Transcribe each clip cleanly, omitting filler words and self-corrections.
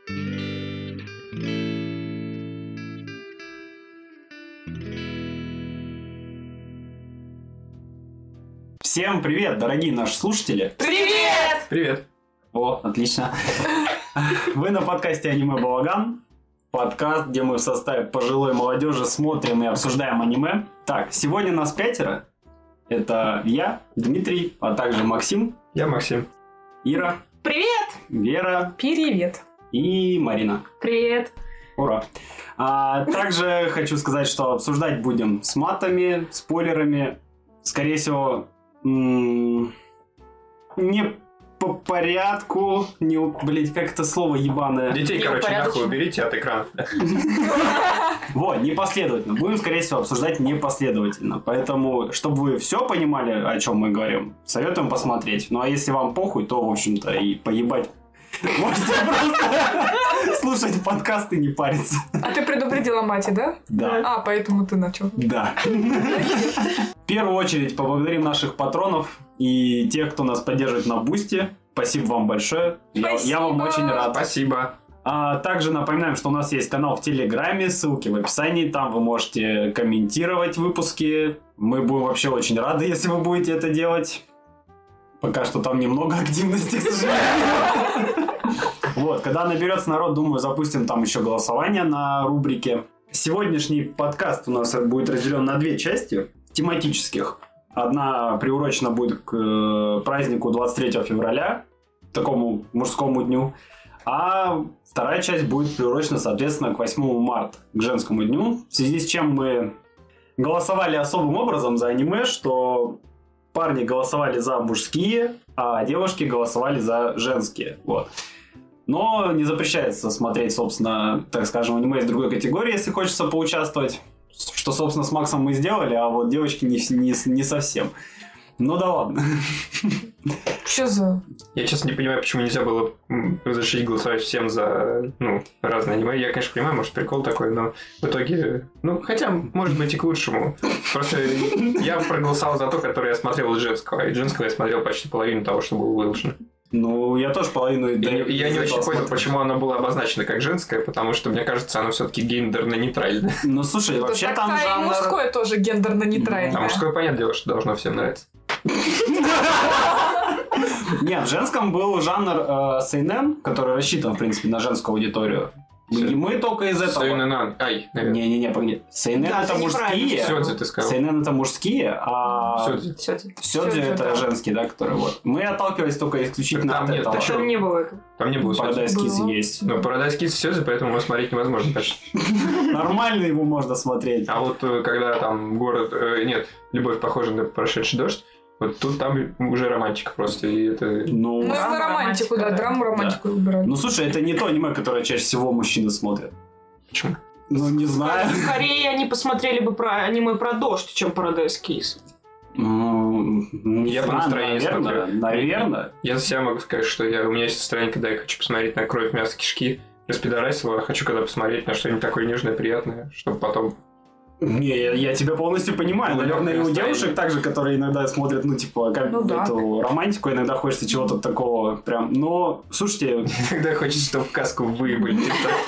Всем привет, дорогие наши слушатели! Привет! Привет! О, отлично. Вы на подкасте «Аниме Балаган». Подкаст, где мы в составе пожилой молодежи смотрим и обсуждаем аниме. Так, сегодня нас 5. Это я, Дмитрий, а также Максим. Я Максим. Ира. Привет! Вера. Привет! И Марина. Привет! Ура! Также хочу сказать, что обсуждать будем с матами, спойлерами. Скорее всего, не по порядку, блять, как это слово ебаное. Детей, короче, нахуй уберите от экранов. Вот, непоследовательно. Будем, скорее всего, обсуждать непоследовательно. Поэтому, чтобы вы все понимали, о чем мы говорим, советуем посмотреть. Ну, а если вам похуй, то, в общем-то, и поебать. Можете просто слушать подкасты и не париться. А ты предупредила мать, да? Да. А, поэтому ты начал. Да. В первую очередь поблагодарим наших патронов и тех, кто нас поддерживает на Бусти. Спасибо вам большое. Я вам очень рад. Спасибо. Также напоминаем, что у нас есть канал в Телеграме, ссылки в описании. Там вы можете комментировать выпуски. Мы будем вообще очень рады, если вы будете это делать. Пока что там немного активности, к сожалению. Вот, когда наберется народ, думаю, запустим там еще голосование на рубрике. Сегодняшний подкаст у нас будет разделен на 2 части тематических. Одна приурочена будет к празднику 23 февраля, такому мужскому дню. А вторая часть будет приурочена, соответственно, к 8 марта, к женскому дню. В связи с чем мы голосовали особым образом за аниме, что парни голосовали за мужские, а девушки голосовали за женские. Вот. Но не запрещается смотреть, собственно, так скажем, аниме из другой категории, если хочется поучаствовать. Что, собственно, с Максом мы сделали, а вот девочки не совсем. Ну да ладно. Что за... Я, честно, не понимаю, почему нельзя было разрешить голосовать всем за, разные аниме. Я, конечно, понимаю, может, прикол такой, но в итоге... хотя, может быть, и к лучшему. Просто я проголосовал за то, которое я смотрел из женского. И женского я смотрел почти половину того, что было выложено. Я тоже половину... Я не очень понял, почему она была обозначена как женская, потому что, мне кажется, она все-таки гендерно-нейтральная. Слушай, вообще там жанр... и мужское тоже гендерно-нейтральное. А мужское, понятное дело, что должно всем нравиться. Нет, в женском был жанр сейнэн, который рассчитан, в принципе, на женскую аудиторию. И мы только из этого... Сейнэн. Не, погоди. Сейнэн это мужские. Сёдзи, ты сказал. Сейнэн это мужские, а... Сёдзи это женские, да, которые вот. Мы отталкивались только исключительно от этого. Там не было этого. Там не было Paradise Kiss есть. Но Paradise Kiss Сёдзи, поэтому его смотреть невозможно почти. Нормально его можно смотреть. А вот когда там город... любовь похожа на прошедший дождь, вот тут там уже романтика просто, и это... Это романтику, да, драму романтику выбирали. Слушай, это не то аниме, которое чаще всего мужчины смотрят. Почему? Не знаю. Скорее они посмотрели бы про аниме про дождь, чем Paradise Kiss. Я по настроению смотрю. Наверное. Я за себя могу сказать, что у меня есть настроение, когда я хочу посмотреть на кровь, мясо, кишки, распидорасила, хочу когда посмотреть на что-нибудь такое нежное, приятное, чтобы потом... Не, я тебя полностью понимаю. Наверное, и у девушек также, которые иногда смотрят, эту романтику, иногда хочется чего-то такого прям. Но, слушайте... Иногда хочется, чтобы каску выебали.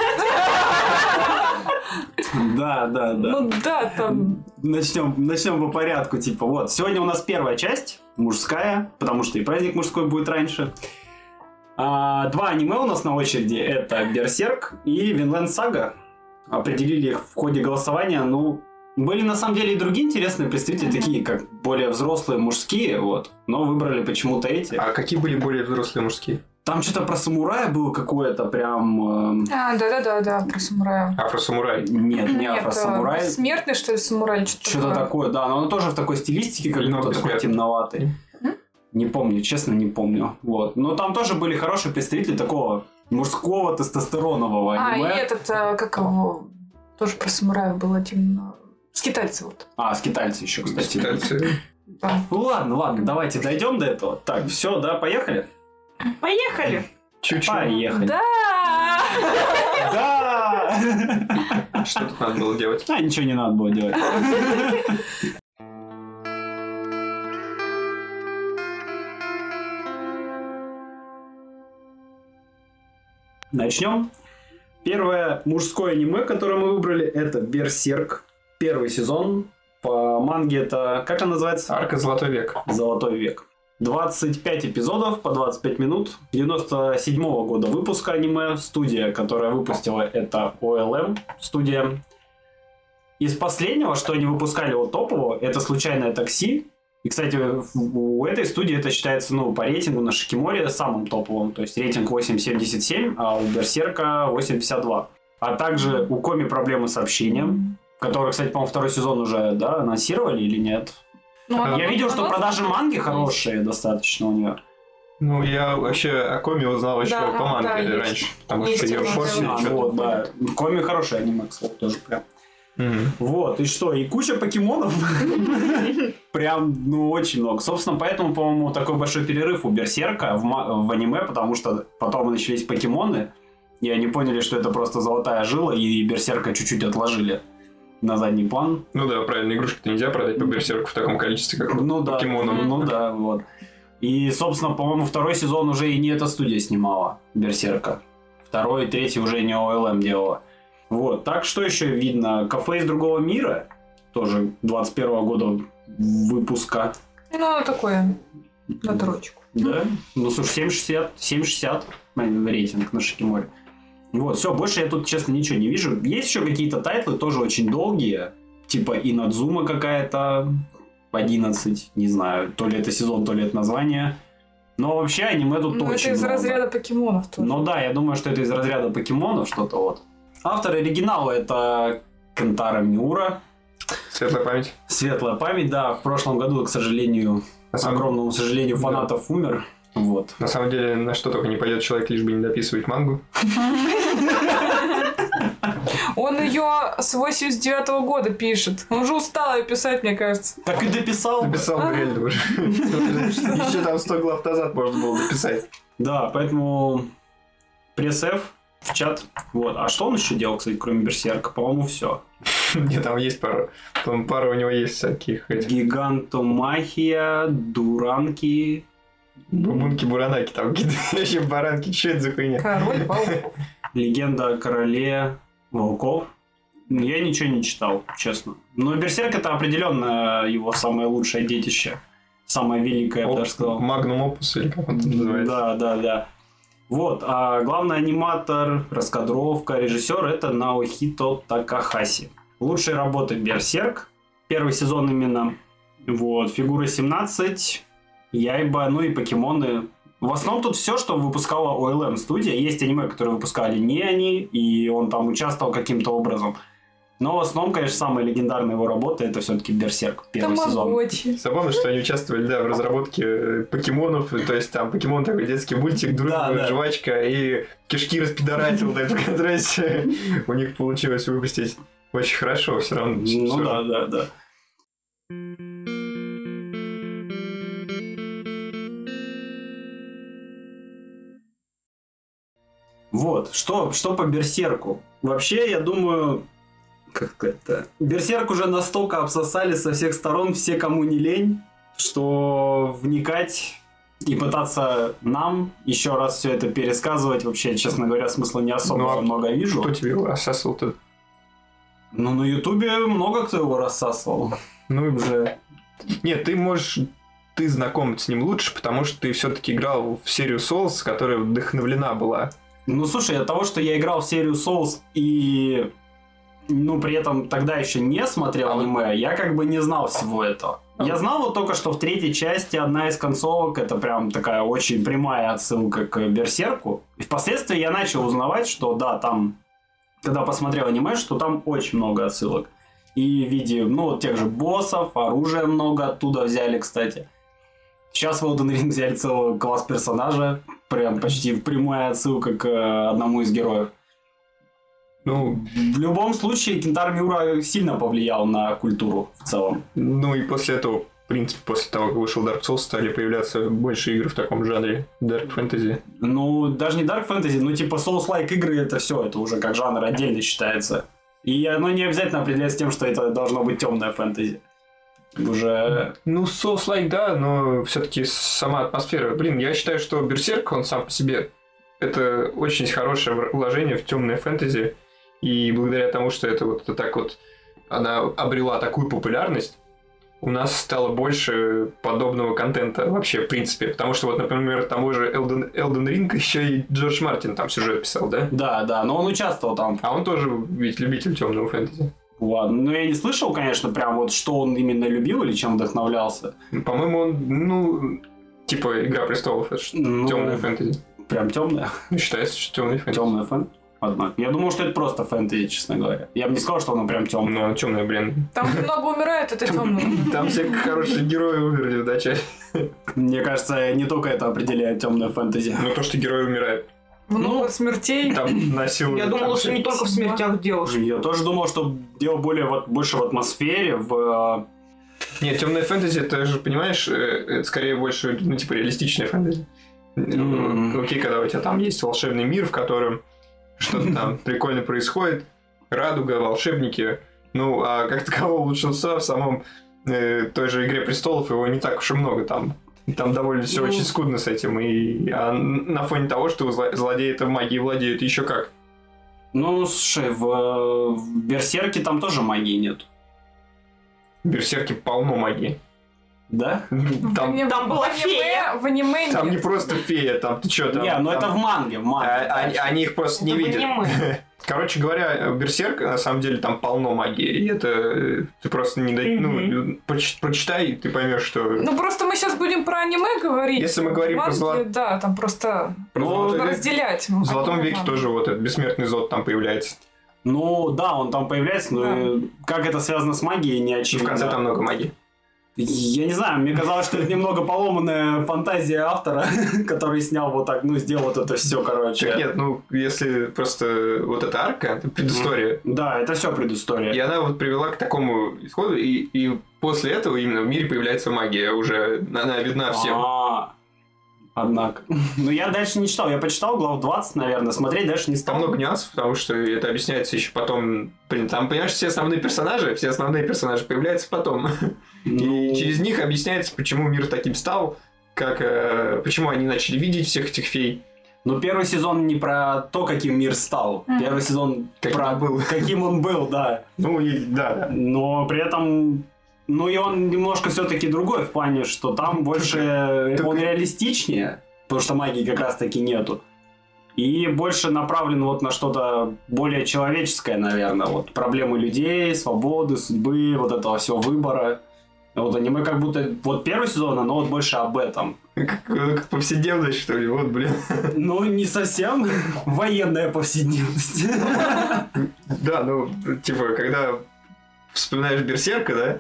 Да. Там... Начнем по порядку. Вот. Сегодня у нас первая часть, мужская, потому что и праздник мужской будет раньше. 2 аниме у нас на очереди. Это Берсерк и Винлэнд Сага. Определили их в ходе голосования. Были на самом деле и другие интересные представители, такие как более взрослые мужские, вот. Но выбрали почему-то эти. А какие были более взрослые мужские? Там что-то про самурая было какое-то прям... Да, про самурая. Афросамурай? Нет, про самурая. Смертный, что ли, самурай? Что-то такое, да. Но он тоже в такой стилистике, как будто такой темноватый. Не помню, честно, не помню. Вот. Но там тоже были хорошие представители такого мужского тестостеронового аниме. И этот, как его, тоже про самураев был один... Скитальцы вот. Скитальцы еще, кстати. Скитальцы. Да. Ладно, давайте дойдем до этого. Так, все, да, поехали? Поехали! Чуть-чуть. Поехали. Да! Да! Что тут надо было делать? Ничего не надо было делать. Начнем. Первое мужское аниме, которое мы выбрали, это «Берсерк». Первый сезон. По манге это... Как она называется? Арка «Золотой век». «Золотой век». 25 эпизодов по 25 минут. 97-го года выпуска аниме. Студия, которая выпустила, это OLM студия. Из последнего, что они выпускали вот топового, это «Случайное такси». И, кстати, у этой студии это считается, ну, по рейтингу на Шикиморе самым топовым. То есть рейтинг 8,77, а у Берсерка 8,52. А также у Коми проблемы с общением, который, кстати, по-моему, второй сезон уже, да, анонсировали или нет? Ну, Я видел, что продажи манги хорошие достаточно у нее. Ну, я вообще о Коми узнал еще Да, по манге да, есть. раньше, потому Есть что ее аниме, форсили. да. что-то. Вот, да. Коми хороший аниме, кстати, тоже прям. Вот, и что, и куча покемонов. Прям, ну, очень много. Собственно, поэтому, по-моему, такой большой перерыв у Берсерка в аниме, потому что потом начались покемоны, и они поняли, что это просто золотая жила, и Берсерка чуть-чуть отложили на задний план. Ну да, правильно, игрушки-то нельзя продать по Берсерку в таком количестве, как Ну да, покемонам. ну да, вот. И, собственно, по-моему, второй сезон уже и не эта студия снимала, Берсерка. Второй и третий уже не OLM делала. Вот, так что еще видно? «Кафе из другого мира», тоже 21 года выпуска. Ну, такое, на троечку. Да? Ну, слушай, 7,60 рейтинг на Шикиморе. Вот, все, больше я тут, честно, ничего не вижу. Есть еще какие-то тайтлы, тоже очень долгие. Типа Инадзума какая-то, 11, не знаю, то ли это сезон, то ли это название. Но вообще аниме тут Ну, очень это из много. разряда покемонов тоже. Ну да, я думаю, что это из разряда покемонов что-то вот. Автор оригинала это Кентаро Миура. Светлая память. Светлая память, да. В прошлом году, к сожалению, к огромному сожалению, фанатов умер. Вот. На самом деле, на что только не пойдет человек, лишь бы не дописывать мангу. Он ее с 89-го года пишет. Он уже устал ее писать, мне кажется. Так и дописал. Дописал бы реально уже. Еще там 100 глав назад можно было дописать. Да, поэтому пресс-F в чат. Вот. А что он еще делал, кстати, кроме Берсерка? По-моему, все. Нет, там есть пара. По-моему, пара у него есть всяких этих. Гигантомахия, Дуранки. Бубунки, буранаки, там какие-то вообще баранки. Что это за хуйня? Король волков. Легенда о короле волков. Я ничего не читал, честно. Но Берсерк это определенно его самое лучшее детище. Самое великое, я бы даже сказал. Магнум опус, или как он там называется? Да. Вот, а главный аниматор, раскадровка, режиссер это Наохито Такахаси. Лучшие работы Берсерк. Первый сезон именно. Вот, фигура 17, Яйба, ну и покемоны. В основном тут все, что выпускала OLM студия. Есть аниме, которые выпускали не они, и он там участвовал каким-то образом. Но в основном, конечно, самая легендарная его работа это все-таки Берсерк, первый сезон. Тамагочи. Забавно, что они участвовали, да, в разработке покемонов. То есть там покемон такой детский мультик, дружба, Да. жвачка и кишки распидорасил. Так, то есть у них получилось выпустить очень хорошо все равно. Ну Всё равно. да. Вот, что по Берсерку? Вообще, я думаю, как это... Берсерк уже настолько обсосали со всех сторон, все, кому не лень, что вникать и пытаться нам еще раз все это пересказывать, вообще, честно говоря, смысла не особо Ну, а много вижу. Кто тебе его рассасывал-то? Ну, на Ютубе много кто его рассасывал. Ну, Уже. нет, ты знаком с ним лучше, потому что ты все-таки играл в серию Souls, которая вдохновлена была. Ну, слушай, от того, что я играл в серию Souls и, ну, при этом тогда еще не смотрел аниме, я как бы не знал всего этого. Я знал вот только, что в третьей части одна из концовок это прям такая очень прямая отсылка к Берсерку. И впоследствии я начал узнавать, что да, там, когда посмотрел аниме, что там очень много отсылок. И в виде, ну, вот тех же боссов, оружия много оттуда взяли, кстати. Сейчас в Elden Ring взяли целый класс персонажа. Прям почти прямая отсылка к одному из героев. Ну, В любом случае, Кентаро Миура сильно повлиял на культуру в целом. ну и после этого, в принципе, после того, как вышел Dark Souls, стали появляться больше игр в таком жанре Dark Fantasy. Ну, даже не Dark Fantasy, но типа Souls-like игры это все, это уже как жанр отдельно считается. И оно не обязательно определяется тем, что это должно быть темная фэнтези. Уже... Ну, Souls-like, да, но все-таки сама атмосфера. Блин, я считаю, что Берсерк, он сам по себе это очень хорошее вложение в темное фэнтези. И благодаря тому, что это вот так вот она обрела такую популярность, у нас стало больше подобного контента вообще, в принципе. Потому что, вот, например, тому же Elden Ring еще и Джордж Мартин там сюжет писал, да? Да, но он участвовал там. А он тоже ведь любитель темного фэнтези. Ладно, ну я не слышал, конечно, прям вот, что он именно любил или чем вдохновлялся. По-моему, он, типа, Игра престолов, это темное фэнтези. Прям темное? Ну, считается, что темное фэнтези. Темное фэнтези. Однако. Я думал, что это просто фэнтези, честно говоря. Я бы не сказал, что оно прям темное. Ну, темное, блин. Там много умирает, это темное. Там все хорошие герои умерли в начале. Мне кажется, не только это определяет темное фэнтези. Ну, то, что герои умирают. Много смертей. Там насилуют. Я думала, что не только в смертях дело. Я тоже думал, что дело больше в атмосфере, в... Нет, темное фэнтези, это же, понимаешь, это скорее больше, ну, типа, реалистичное фэнтези. Окей, когда у тебя там есть волшебный мир, в котором что-то там прикольно происходит, радуга, волшебники. Ну, а как такового волшебства в самом той же Игре престолов его не так уж и много там. Там довольно все очень скудно с этим. А на фоне того, что злодеи это магией владеют, еще как. Ну, слушай, в Берсерке там тоже магии нет. В Берсерке полно магии. Да? Там была фея. В аниме Там не нет. просто фея, там ты что там? Не, ну это в манге, Они их просто не Это в видят. аниме. Короче говоря, Берсерк, на самом деле, там полно магии. И это ты просто не ну, прочитай, и ты поймешь, что. Ну просто мы сейчас будем про аниме говорить. Если мы говорим про Манги, да, там просто нужно разделять. В Золотом веке тоже вот этот бессмертный Зод там появляется. Ну да, он там появляется, но как это связано с магией, не И в очевидно. конце там много магии. Я не знаю, мне казалось, что это немного поломанная фантазия автора, который снял вот так, ну, сделал вот это все, короче. Так нет, ну, если просто вот эта арка, это предыстория. Да, это все предыстория. И она вот привела к такому исходу, и после этого именно в мире появляется магия уже, она видна всем. Однако. Ну, я дальше не читал. Я почитал глав 20, наверное. Смотреть дальше не стал. Там много нюансов, потому что это объясняется еще потом. Блин, там, понимаешь, все основные персонажи появляются потом. И через них объясняется, почему мир таким стал, почему они начали видеть всех этих фей. Ну, первый сезон не про то, каким мир стал. Первый сезон каким он был, да. Ну, да. Но при этом... Ну, и он немножко все-таки другой в плане, что там больше... Он реалистичнее, потому что магии как раз-таки нету. И больше направлен вот на что-то более человеческое, наверное. Вот проблемы людей, свободы, судьбы, вот этого всего выбора. Вот аниме как будто... Вот первый сезон, оно вот больше об этом. Как повседневность, что ли? Вот, блин. Ну, не совсем. Военная повседневность. Да, ну, типа, когда вспоминаешь Берсерка, да,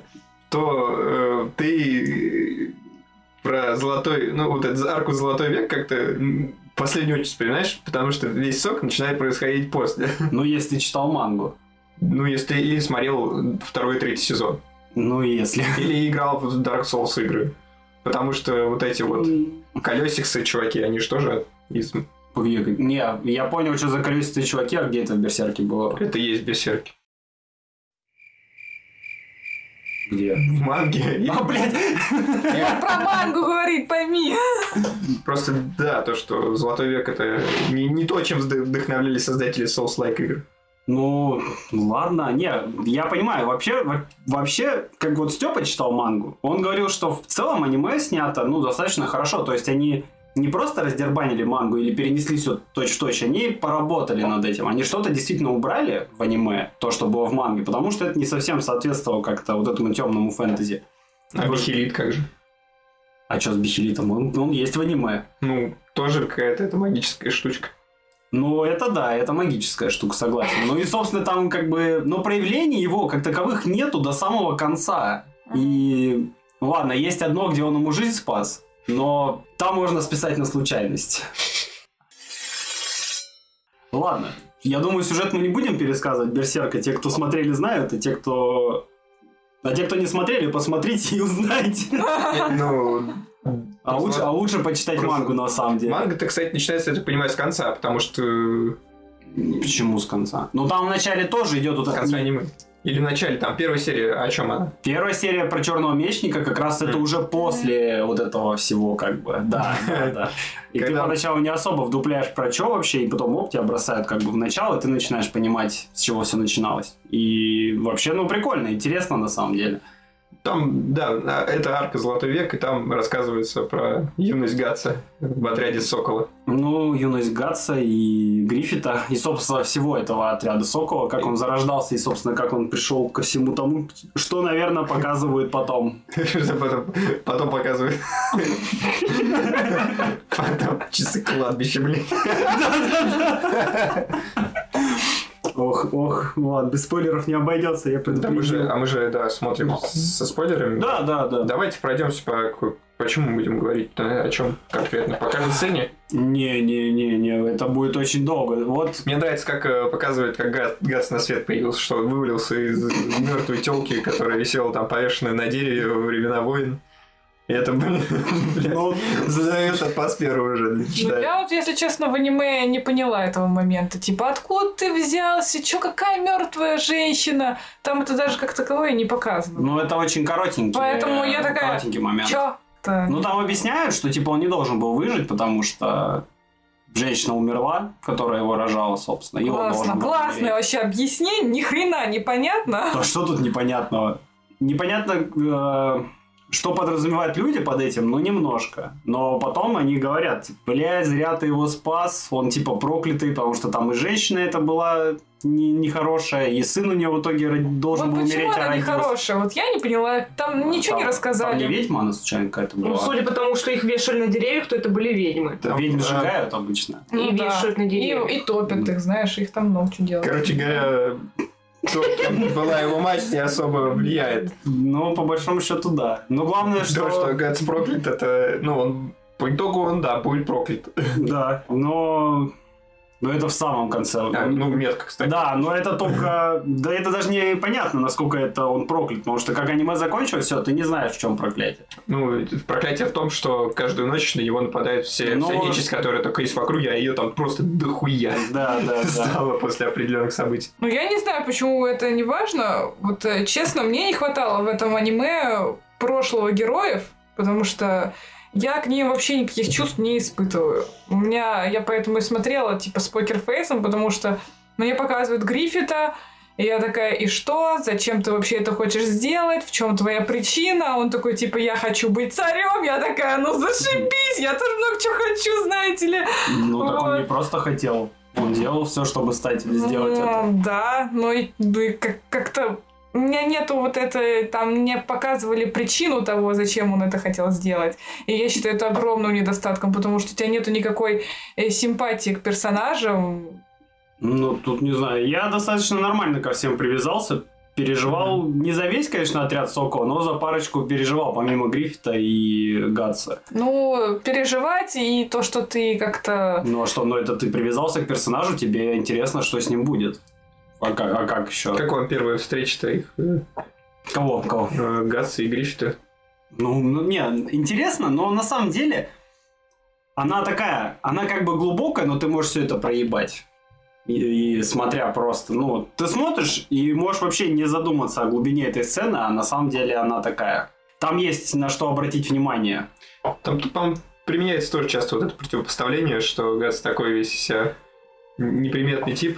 то ты про золотой... Ну, вот эту арку Золотой век как-то в последнюю очередь вспоминаешь, потому что весь сок начинает происходить после. Ну, если читал мангу. Ну, если или смотрел второй и третий сезон. Ну, если. Или играл в Dark Souls игры. Потому что вот эти вот колесиксы, чуваки, они же тоже из... Не, я понял, что за колесицы чуваки, а где это в Берсерке было? Это и есть Берсерки. Где? В манге. А, блядь! Он про мангу говорит, пойми. Просто, да, то, что Золотой век это не то, чем вдохновлялись создатели Souls-like игр. Ну, ладно, не, я понимаю, вообще, как вот Степа читал мангу, он говорил, что в целом аниме снято, ну, достаточно хорошо, то есть они не просто раздербанили мангу или перенесли все точь-в-точь, они поработали над этим, они что-то действительно убрали в аниме, то, что было в манге, потому что это не совсем соответствовало как-то вот этому темному фэнтези. А Бихелит как же? А что с Бихелитом? Он есть в аниме. Ну, тоже какая-то это магическая штучка. Ну, это да, это магическая штука, согласен. Ну и, собственно, там как бы... Но проявлений его как таковых нету до самого конца. И... Ну ладно, есть одно, где он ему жизнь спас, но там можно списать на случайность. Ладно, я думаю, сюжет мы не будем пересказывать Берсерка. Те, кто смотрели, знают, и те, кто... А те, кто не смотрели, посмотрите и узнайте. Ну... А лучше почитать мангу, на самом деле. Манга-то, кстати, начинается, я так понимаю, с конца, потому что... Почему с конца? Ну, там вначале тоже идет вот С конца аниме. Или в начале, там, первой серии, о чем она? Первая серия про Черного Мечника как раз это уже после вот этого всего, как бы. Да. И ты поначалу не особо вдупляешь про что вообще, и потом тебя бросают как бы в начало, и ты начинаешь понимать, с чего все начиналось. И вообще, прикольно, интересно на самом деле. Там, да, это арка «Золотой век», и там рассказывается про юность Гатса в отряде Сокола. Юность Гатса и Гриффита, и, собственно, всего этого отряда Сокола, как он зарождался, и, собственно, как он пришел ко всему тому, что, наверное, показывают потом. Потом показывают. Потом часы кладбища, блин. Ох, ладно, без спойлеров не обойдется, я предупреждаю. Мы же, смотрим со спойлерами. Да. Давайте пройдемся почему мы будем говорить, о чем конкретно? По каждой сцене? Не, это будет очень долго. Вот. Мне нравится, как показывает, как Гатс на свет появился, что он вывалился из мертвой телки, которая висела там повешенная на дереве во времена войн. И это, задает атмосферу уже. Я вот, если честно, в аниме не поняла этого момента. Типа, откуда ты взялся? Чё, какая мертвая женщина? Там это даже как таковое не показано. Это очень коротенький. Поэтому я такая, коротенький момент. Чё? Там объясняют, что типа он не должен был выжить, потому что женщина умерла, которая его рожала, собственно. Классное вообще объяснение, ни хрена непонятно. А что тут непонятного? Непонятно, что подразумевают люди под этим, немножко. Но потом они говорят, блядь, зря ты его спас, он типа проклятый, потому что там и женщина это была нехорошая, и сын у него в итоге должен был умереть, почему она нехорошая? Вот я не поняла, там ничего не рассказали. Там не ведьма она случайно какая-то была? Судя по тому, что их вешали на деревьях, то это были ведьмы. Ведьм сжигают обычно. И вешают на деревьях. И топят их, знаешь, их там много чего делают. Короче говоря... То, кем была его мать, не особо влияет. По большому счету, да. Но главное, что... То, что Гатс проклят, это... по итогу он, будет проклят. Да, но это в самом конце. Метка, кстати. Да, но это только... Да это даже не понятно, насколько это он проклят. Потому что как аниме закончилось, все, ты не знаешь, в чем проклятие. Проклятие в том, что каждую ночь на него нападают вся нечисть, которая только есть в округе, а ее там просто дохуя. Да. Стало после определенных событий. Я не знаю, почему это не важно. Вот, честно, мне не хватало в этом аниме прошлого героев, потому что я к ним вообще никаких чувств не испытываю. Я поэтому и смотрела, типа, с покерфейсом, потому что мне показывают Гриффита, и я такая, и что? Зачем ты вообще это хочешь сделать? В чем твоя причина? Он такой, типа, я хочу быть царем. Я такая, зашибись, я тоже много чего хочу, знаете ли. Так он не просто хотел. Он делал все, чтобы сделать это. Да, и как-то... У меня нету вот этой, там мне показывали причину того, зачем он это хотел сделать. И я считаю это огромным недостатком, потому что у тебя нету никакой симпатии к персонажам. Тут не знаю. Я достаточно нормально ко всем привязался. Переживал не за весь, конечно, отряд Сокола, но за парочку переживал, помимо Гриффита и Гатса. Переживать и то, что ты как-то... это ты привязался к персонажу, тебе интересно, что с ним будет. А как еще? Как вам первая встреча-то их? Кого? Гатса и Гриффита. Интересно, но на самом деле она как бы глубокая, но ты можешь все это проебать. И смотря просто, ты смотришь и можешь вообще не задуматься о глубине этой сцены, а на самом деле она такая. Там есть на что обратить внимание. Там применяется тоже часто вот это противопоставление, что Гатс такой весь себя... неприметный тип,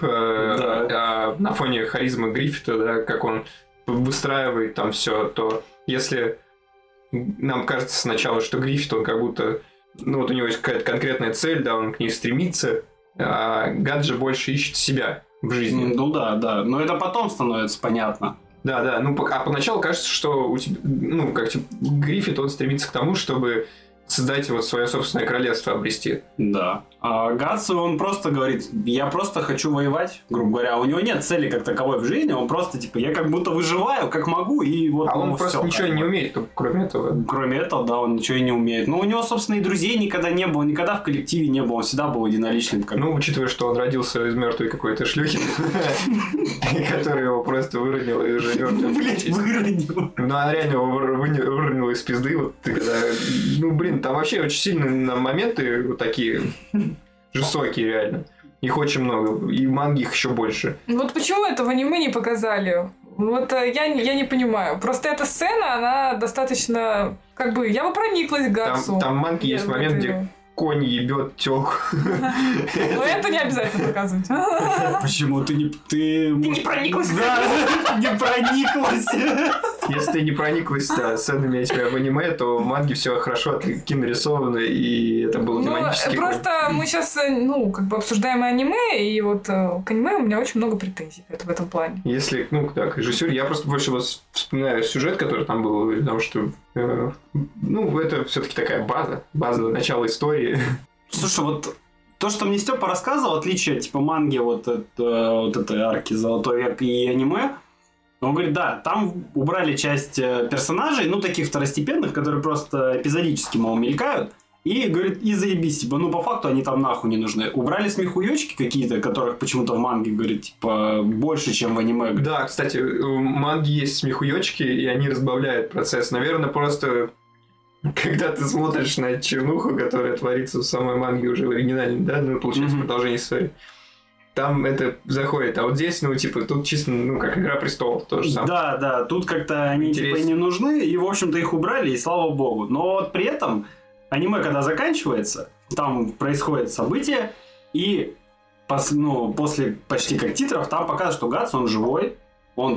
а на фоне харизмы Гриффита, да, как он выстраивает там все, то если нам кажется сначала, что Гриффит, он как будто, у него есть какая-то конкретная цель, да, он к ней стремится, а Гатс же больше ищет себя в жизни. Да, но это потом становится понятно. Да, а поначалу кажется, что у тебя, Гриффит, он стремится к тому, чтобы создать вот свое собственное королевство, обрести. Да. А Гатсу, он просто говорит, я просто хочу воевать, грубо говоря. У него нет цели как таковой в жизни, он просто, я как будто выживаю, как могу, и вот... А он просто ничего не умеет, кроме этого. Кроме этого, да, он ничего и не умеет. Но у него, собственно, и друзей никогда не было, никогда в коллективе не было, он всегда был единоличным. Учитывая, что он родился из мертвой какой-то шлюхи, которая его просто выронила и уже мертвый. Блять, выронила. Она реально его выронила из пизды, вот ты когда... там вообще очень сильные моменты вот такие... жестокие, реально. Их очень много. И манги их еще больше. Почему это в аниме не показали? Вот я не понимаю. Просто эта сцена, она достаточно... Как бы, я бы прониклась к Гатсу. Там в манге есть момент, где конь ебет тёлку. Но это не обязательно показывать. Почему ты не... Ты не прониклась? Да, не прониклась. Если ты не прониклась сценами этими в аниме, то в манге все хорошо кинорисовано, и это был тематический конь. Просто мы сейчас, обсуждаем аниме, и вот к аниме у меня очень много претензий в этом плане. Если, к режиссёру, я просто больше вспоминаю сюжет, который там был, потому что, это все-таки такая база начала истории. Слушай, вот то, что мне Степа рассказывал, отличие типа манги вот этой арки «Золотой век» и аниме, он говорит, да, там убрали часть персонажей, таких второстепенных, которые просто эпизодически, мелькают, и, говорит, и заебись, типа, по факту они там нахуй не нужны. Убрали смехуёчки какие-то, которых почему-то в манге, говорит, типа, больше, чем в аниме. Да, кстати, в манге есть смехуёчки, и они разбавляют процесс. Наверное, просто... Когда ты смотришь на чернуху, которая творится в самой манге уже в оригинале, да, получается продолжение истории, там это заходит. А вот здесь, тут чисто, как «Игра престолов» тоже самое. Да, тут как-то они типа и не нужны, и, в общем-то, их убрали, и слава богу. Но вот при этом аниме, когда заканчивается, там происходит событие, и после почти как титров там показывают, что Гатс, он живой, он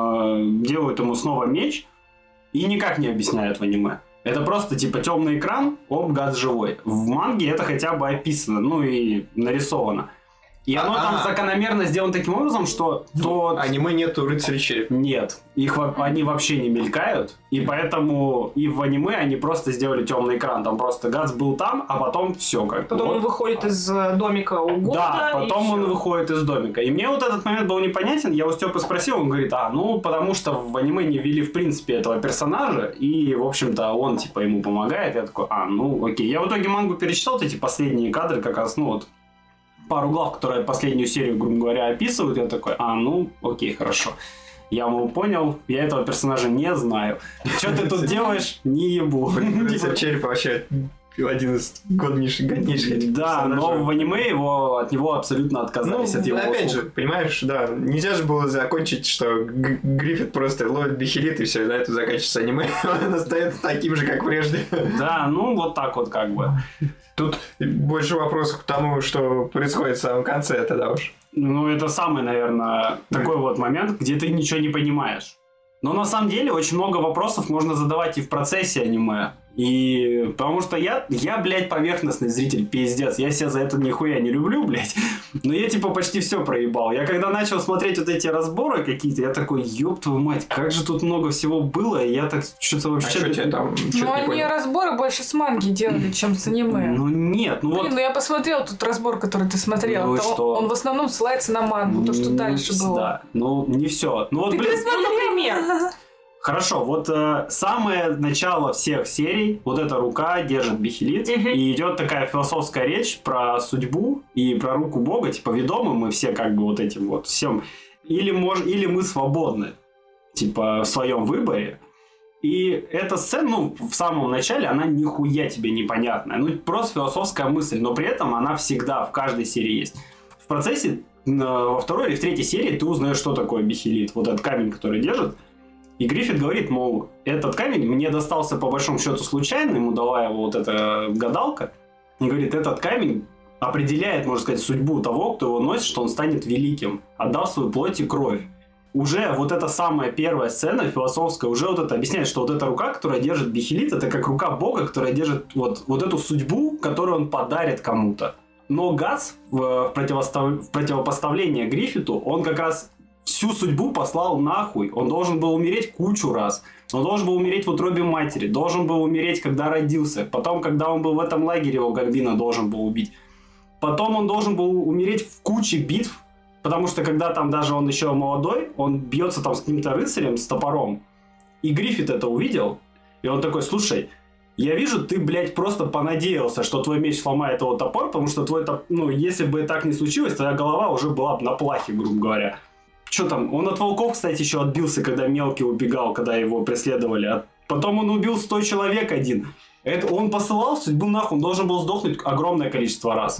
там делает ему снова меч, и никак не объясняют в аниме. Это просто типа темный экран, Гатс живой. В манге это хотя бы описано, и нарисовано. И оно там закономерно сделано таким образом, что аниме нету рыцарей черепа. Нет, они вообще не мелькают, и поэтому и в аниме они просто сделали темный экран. Там просто Гатс был там, а потом все как-то. Потом он выходит из домика у Года. Да, потом он выходит из домика. И мне вот этот момент был непонятен. Я у Степы спросил, он говорит, потому что в аниме не ввели в принципе этого персонажа, и в общем-то он типа ему помогает. Я такой, окей. Я в итоге мангу перечитал, эти последние кадры как раз, пару глав, которые последнюю серию, грубо говоря, описывают, я такой, окей, хорошо. Я понял, я этого персонажа не знаю. Что ты тут делаешь? Не ебу. Рыцарь черепа вообще один из годнейших. Да, но в аниме от него абсолютно отказались от его опять же, понимаешь, да, нельзя же было закончить, что Гриффит просто ловит бихелит, и все, на это заканчивается аниме. Он остается таким же, как прежде. Да, вот так вот как бы. Тут больше вопросов к тому, что происходит в самом конце, тогда уж. Это самый, наверное, такой вот момент, где ты ничего не понимаешь. Но на самом деле очень много вопросов можно задавать и в процессе аниме. И потому что я, блядь, поверхностный зритель, пиздец. Я себя за это нихуя не люблю, блядь. Но я типа почти все проебал. Я когда начал смотреть вот эти разборы какие-то, я такой, ёб твою мать, как же тут много всего было. И я так что-то вообще... А что тебе там? Они разборы больше с манги делали, чем с аниме. Нет, вот... я посмотрел тут разбор, который ты смотрел. Что? Он в основном ссылается на мангу, то, что дальше было. Да, не все. Ты например... Хорошо, вот самое начало всех серий, вот эта рука держит бихелит, и идет такая философская речь про судьбу и про руку Бога, типа ведомы мы все как бы вот этим вот всем, или мы свободны, типа в своем выборе. И эта сцена, в самом начале, она нихуя тебе непонятная, просто философская мысль, но при этом она всегда в каждой серии есть. В процессе во второй или в третьей серии ты узнаешь, что такое бихелит, вот этот камень, который держит. И Гриффит говорит, мол, этот камень мне достался по большому счету случайно, ему дала его вот эта гадалка. И говорит, этот камень определяет, можно сказать, судьбу того, кто его носит, что он станет великим, отдав свою плоть и кровь. Уже вот эта самая первая сцена философская, уже вот это объясняет, что вот эта рука, которая держит бихелит, это как рука Бога, которая держит вот эту судьбу, которую он подарит кому-то. Но Гатс в противопоставление Гриффиту, он как раз... всю судьбу послал нахуй. Он должен был умереть кучу раз. Он должен был умереть в утробе матери. Должен был умереть, когда родился. Потом, когда он был в этом лагере, его Гарбина должен был убить. Потом он должен был умереть в куче битв. Потому что, когда там даже он еще молодой, он бьется там с каким-то рыцарем, с топором. И Гриффит это увидел. И он такой, слушай, я вижу, ты, блядь, просто понадеялся, что твой меч сломает его топор, потому что твой если бы так не случилось, твоя голова уже была бы на плахе, грубо говоря. Что там? Он от волков, кстати, еще отбился, когда мелкий убегал, когда его преследовали. Потом он убил 100 человек один. Он посылал судьбу нахуй, он должен был сдохнуть огромное количество раз.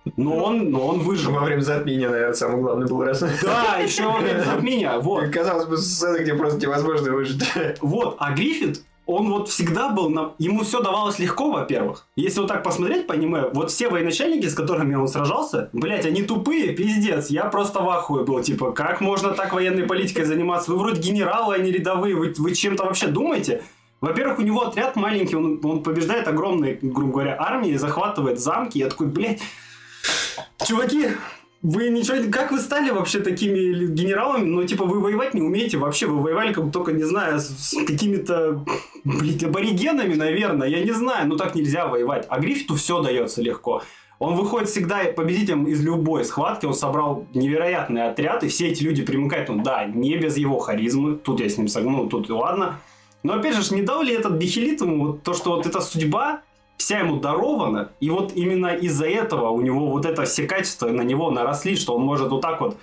Но он выжил. Во время затмения, наверное, самое главное был раз. Да, еще во время затмения. Вот. Казалось бы, сцена, где просто невозможно выжить. Вот, а Гриффит, он вот всегда был... Ему все давалось легко, во-первых. Если вот так посмотреть по аниме, вот все военачальники, с которыми он сражался, блять, они тупые, пиздец. Я просто в ахуе был. Типа, как можно так военной политикой заниматься? Вы вроде генералы, а не рядовые. Вы чем-то вообще думаете? Во-первых, у него отряд маленький, он побеждает огромные, грубо говоря, армии, захватывает замки. Я такой, блять, чуваки... Вы ничего... Как вы стали вообще такими генералами? Ну, типа, вы воевать не умеете вообще. Вы воевали как только, не знаю, с какими-то, блядь, аборигенами, наверное. Я не знаю. Ну, так нельзя воевать. А Гриффиту все дается легко. Он выходит всегда победителем из любой схватки. Он собрал невероятный отряд. И все эти люди примыкают. Ну, да, не без его харизмы. Тут я с ним согласен. Ну, тут и ладно. Но, опять же, не дал ли этот Бихелит ему вот то, что вот эта судьба... Вся ему дарована, и вот именно из-за этого у него вот это все качества на него наросли, что он может вот так вот...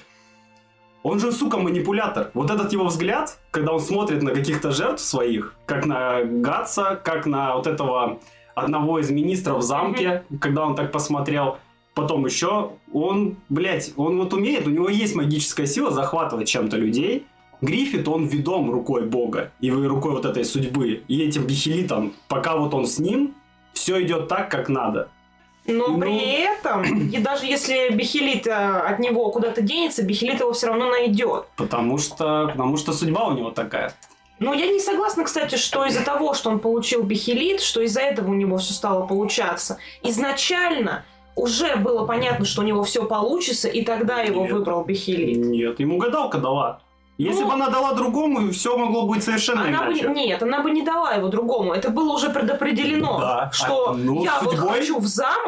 Он же, сука, манипулятор. Вот этот его взгляд, когда он смотрит на каких-то жертв своих, как на Гатса, как на вот этого одного из министров в замке, когда он так посмотрел, потом еще, он, блядь, он вот умеет, у него есть магическая сила захватывать чем-то людей. Гриффит, он ведом рукой Бога, и рукой вот этой судьбы, и этим Бихелитом, пока вот он с ним, все идет так, как надо. Но при этом, и даже если Бихелит от него куда-то денется, Бихелит его все равно найдет. Потому что судьба у него такая. Но я не согласна, кстати, что из-за того, что он получил Бихелит, что из-за этого у него все стало получаться. Изначально уже было понятно, что у него все получится, и тогда его выбрал Бихелит. Нет, ему гадалка дала. Если бы она дала другому, все могло быть совершенно иначе. Нет, она бы не дала его другому. Это было уже предопределено, да. что я вот хочу в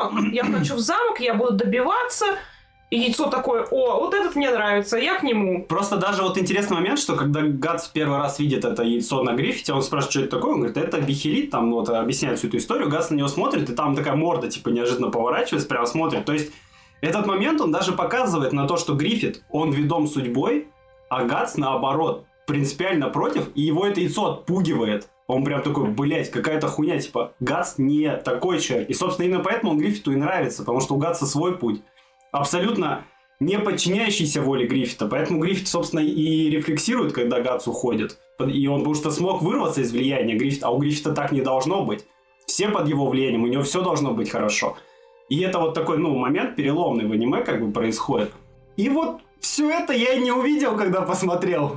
замок, я буду добиваться. И яйцо такое, вот этот мне нравится, я к нему. Просто даже вот интересный момент, что когда Гатс первый раз видит это яйцо на Гриффите, он спрашивает, что это такое, он говорит, это Бихелит, там вот объясняет всю эту историю, Гатс на него смотрит, и там такая морда, типа, неожиданно поворачивается, прямо смотрит. То есть, этот момент, он даже показывает на то, что Гриффит, он ведом судьбой, а Гатс, наоборот, принципиально против, и его это яйцо отпугивает. Он прям такой, блять, какая-то хуйня, типа, Гатс не такой человек. И, собственно, именно поэтому он Гриффиту и нравится, потому что у Гатса свой путь. Абсолютно не подчиняющийся воле Гриффита. Поэтому Гриффит, собственно, и рефлексирует, когда Гатс уходит. И он, потому что смог вырваться из влияния Гриффита, а у Гриффита так не должно быть. Все под его влиянием, у него все должно быть хорошо. И это вот такой, момент переломный в аниме как бы происходит. И вот все это я и не увидел, когда посмотрел.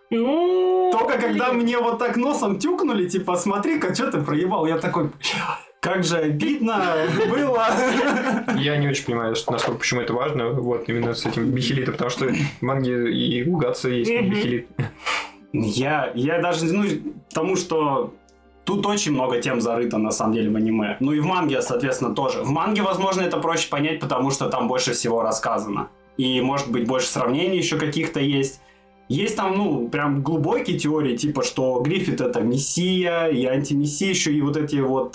Только когда мне вот так носом тюкнули, типа, смотри-ка, что ты проебал. Я такой, как же обидно было. Я не очень понимаю, почему это важно, вот именно с этим Бихелитом, потому что в манге и у Гатса есть Бихелит. Я даже, потому что тут очень много тем зарыто, на самом деле, в аниме. Ну и в манге, соответственно, тоже. В манге, возможно, это проще понять, потому что там больше всего рассказано. И, может быть, больше сравнений еще каких-то есть. Есть там, прям глубокие теории, типа, что Гриффит это мессия, и антимессия, еще и вот эти вот,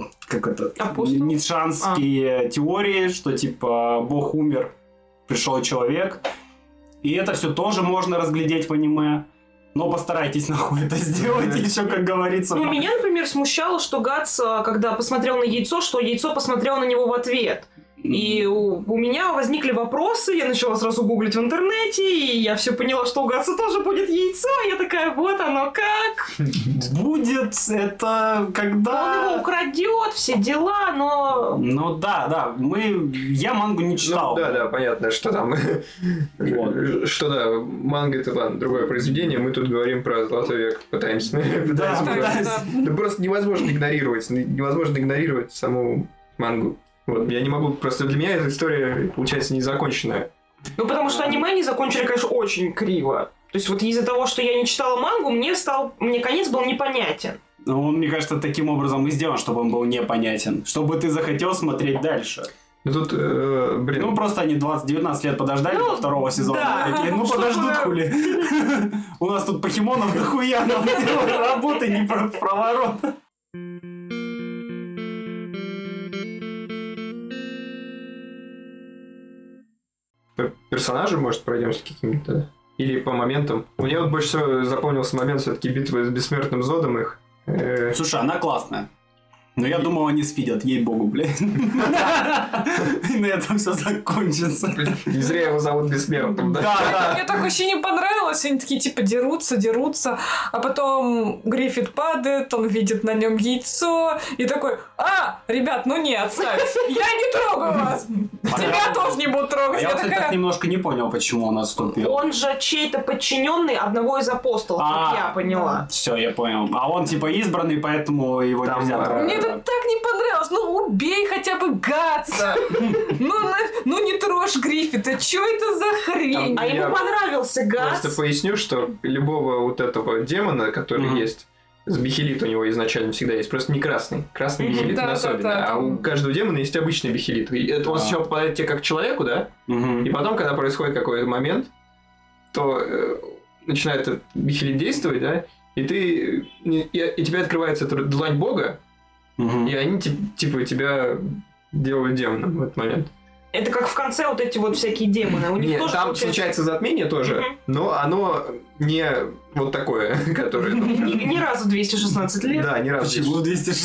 ницшанские теории, что, типа, Бог умер, пришел человек. И это все тоже можно разглядеть в аниме. Но постарайтесь нахуй это сделать, еще, как говорится. Меня, например, смущало, что Гатс, когда посмотрел на яйцо, что яйцо посмотрело на него в ответ. И у меня возникли вопросы, я начала сразу гуглить в интернете, и я все поняла, что у Гатса тоже будет яйцо, я такая, вот оно как. Будет это когда... Он его украдет, все дела, но... Да, я мангу не читал. Да, понятно, что там... Что да, манга это, ладно, другое произведение, мы тут говорим про Золотой век, пытаемся. Да просто невозможно игнорировать саму мангу. Вот, я не могу, просто для меня эта история, получается, незаконченная. Потому что аниме не закончили, конечно, очень криво. То есть вот из-за того, что я не читала мангу, мне конец был непонятен. Он, мне кажется, таким образом и сделан, чтобы он был непонятен. Чтобы ты захотел смотреть дальше. Тут, просто они 19 лет подождали до второго сезона. Да. Такие, подождут хули. У нас тут покемонов дохуя, нам делать работы не в проворот. Персонажи, может, пройдемся какими-то? Или по моментам? Мне вот больше всего запомнился момент все-таки битвы с бессмертным Зодом их. Слушай, она классная. Ну, я думал, они спидят, ей-богу, блядь. И на этом все закончится. Не зря его зовут Бессмертным, да? Да, Мне так вообще не понравилось. Они такие, типа, дерутся. А потом Гриффит падает, он видит на нем яйцо. И такой, ребят, ну не, отставь. Я не трогаю вас. Тебя тоже не буду трогать. Я, кстати, так немножко не понял, почему он отступил. Он же чей-то подчиненный одного из апостолов, как я поняла. Все, я понял. А он типа избранный, поэтому его нельзя трогать. Мне это так не понравилось. Ну, убей хотя бы Гатса. Ну, не трожь Гриффита. Чё это за хрень? А ему понравился Гатс. Просто поясню, что любого вот этого демона, который есть, с бихелит у него изначально всегда есть, просто не красный. Красный бихелит не особенно. А у каждого демона есть обычный бихелит. И это он сначала попадает тебе как человеку, да? И потом, когда происходит какой-то момент, то начинает этот бихелит действовать, да? И тебе открывается эта длань бога, и они типа тебя делают демоном в этот момент. Это как в конце вот эти вот всякие демоны. У них Нет, тоже там получается... случается затмение тоже, но оно не вот такое, которое... Ни разу 216 лет. Да, ни разу. Почему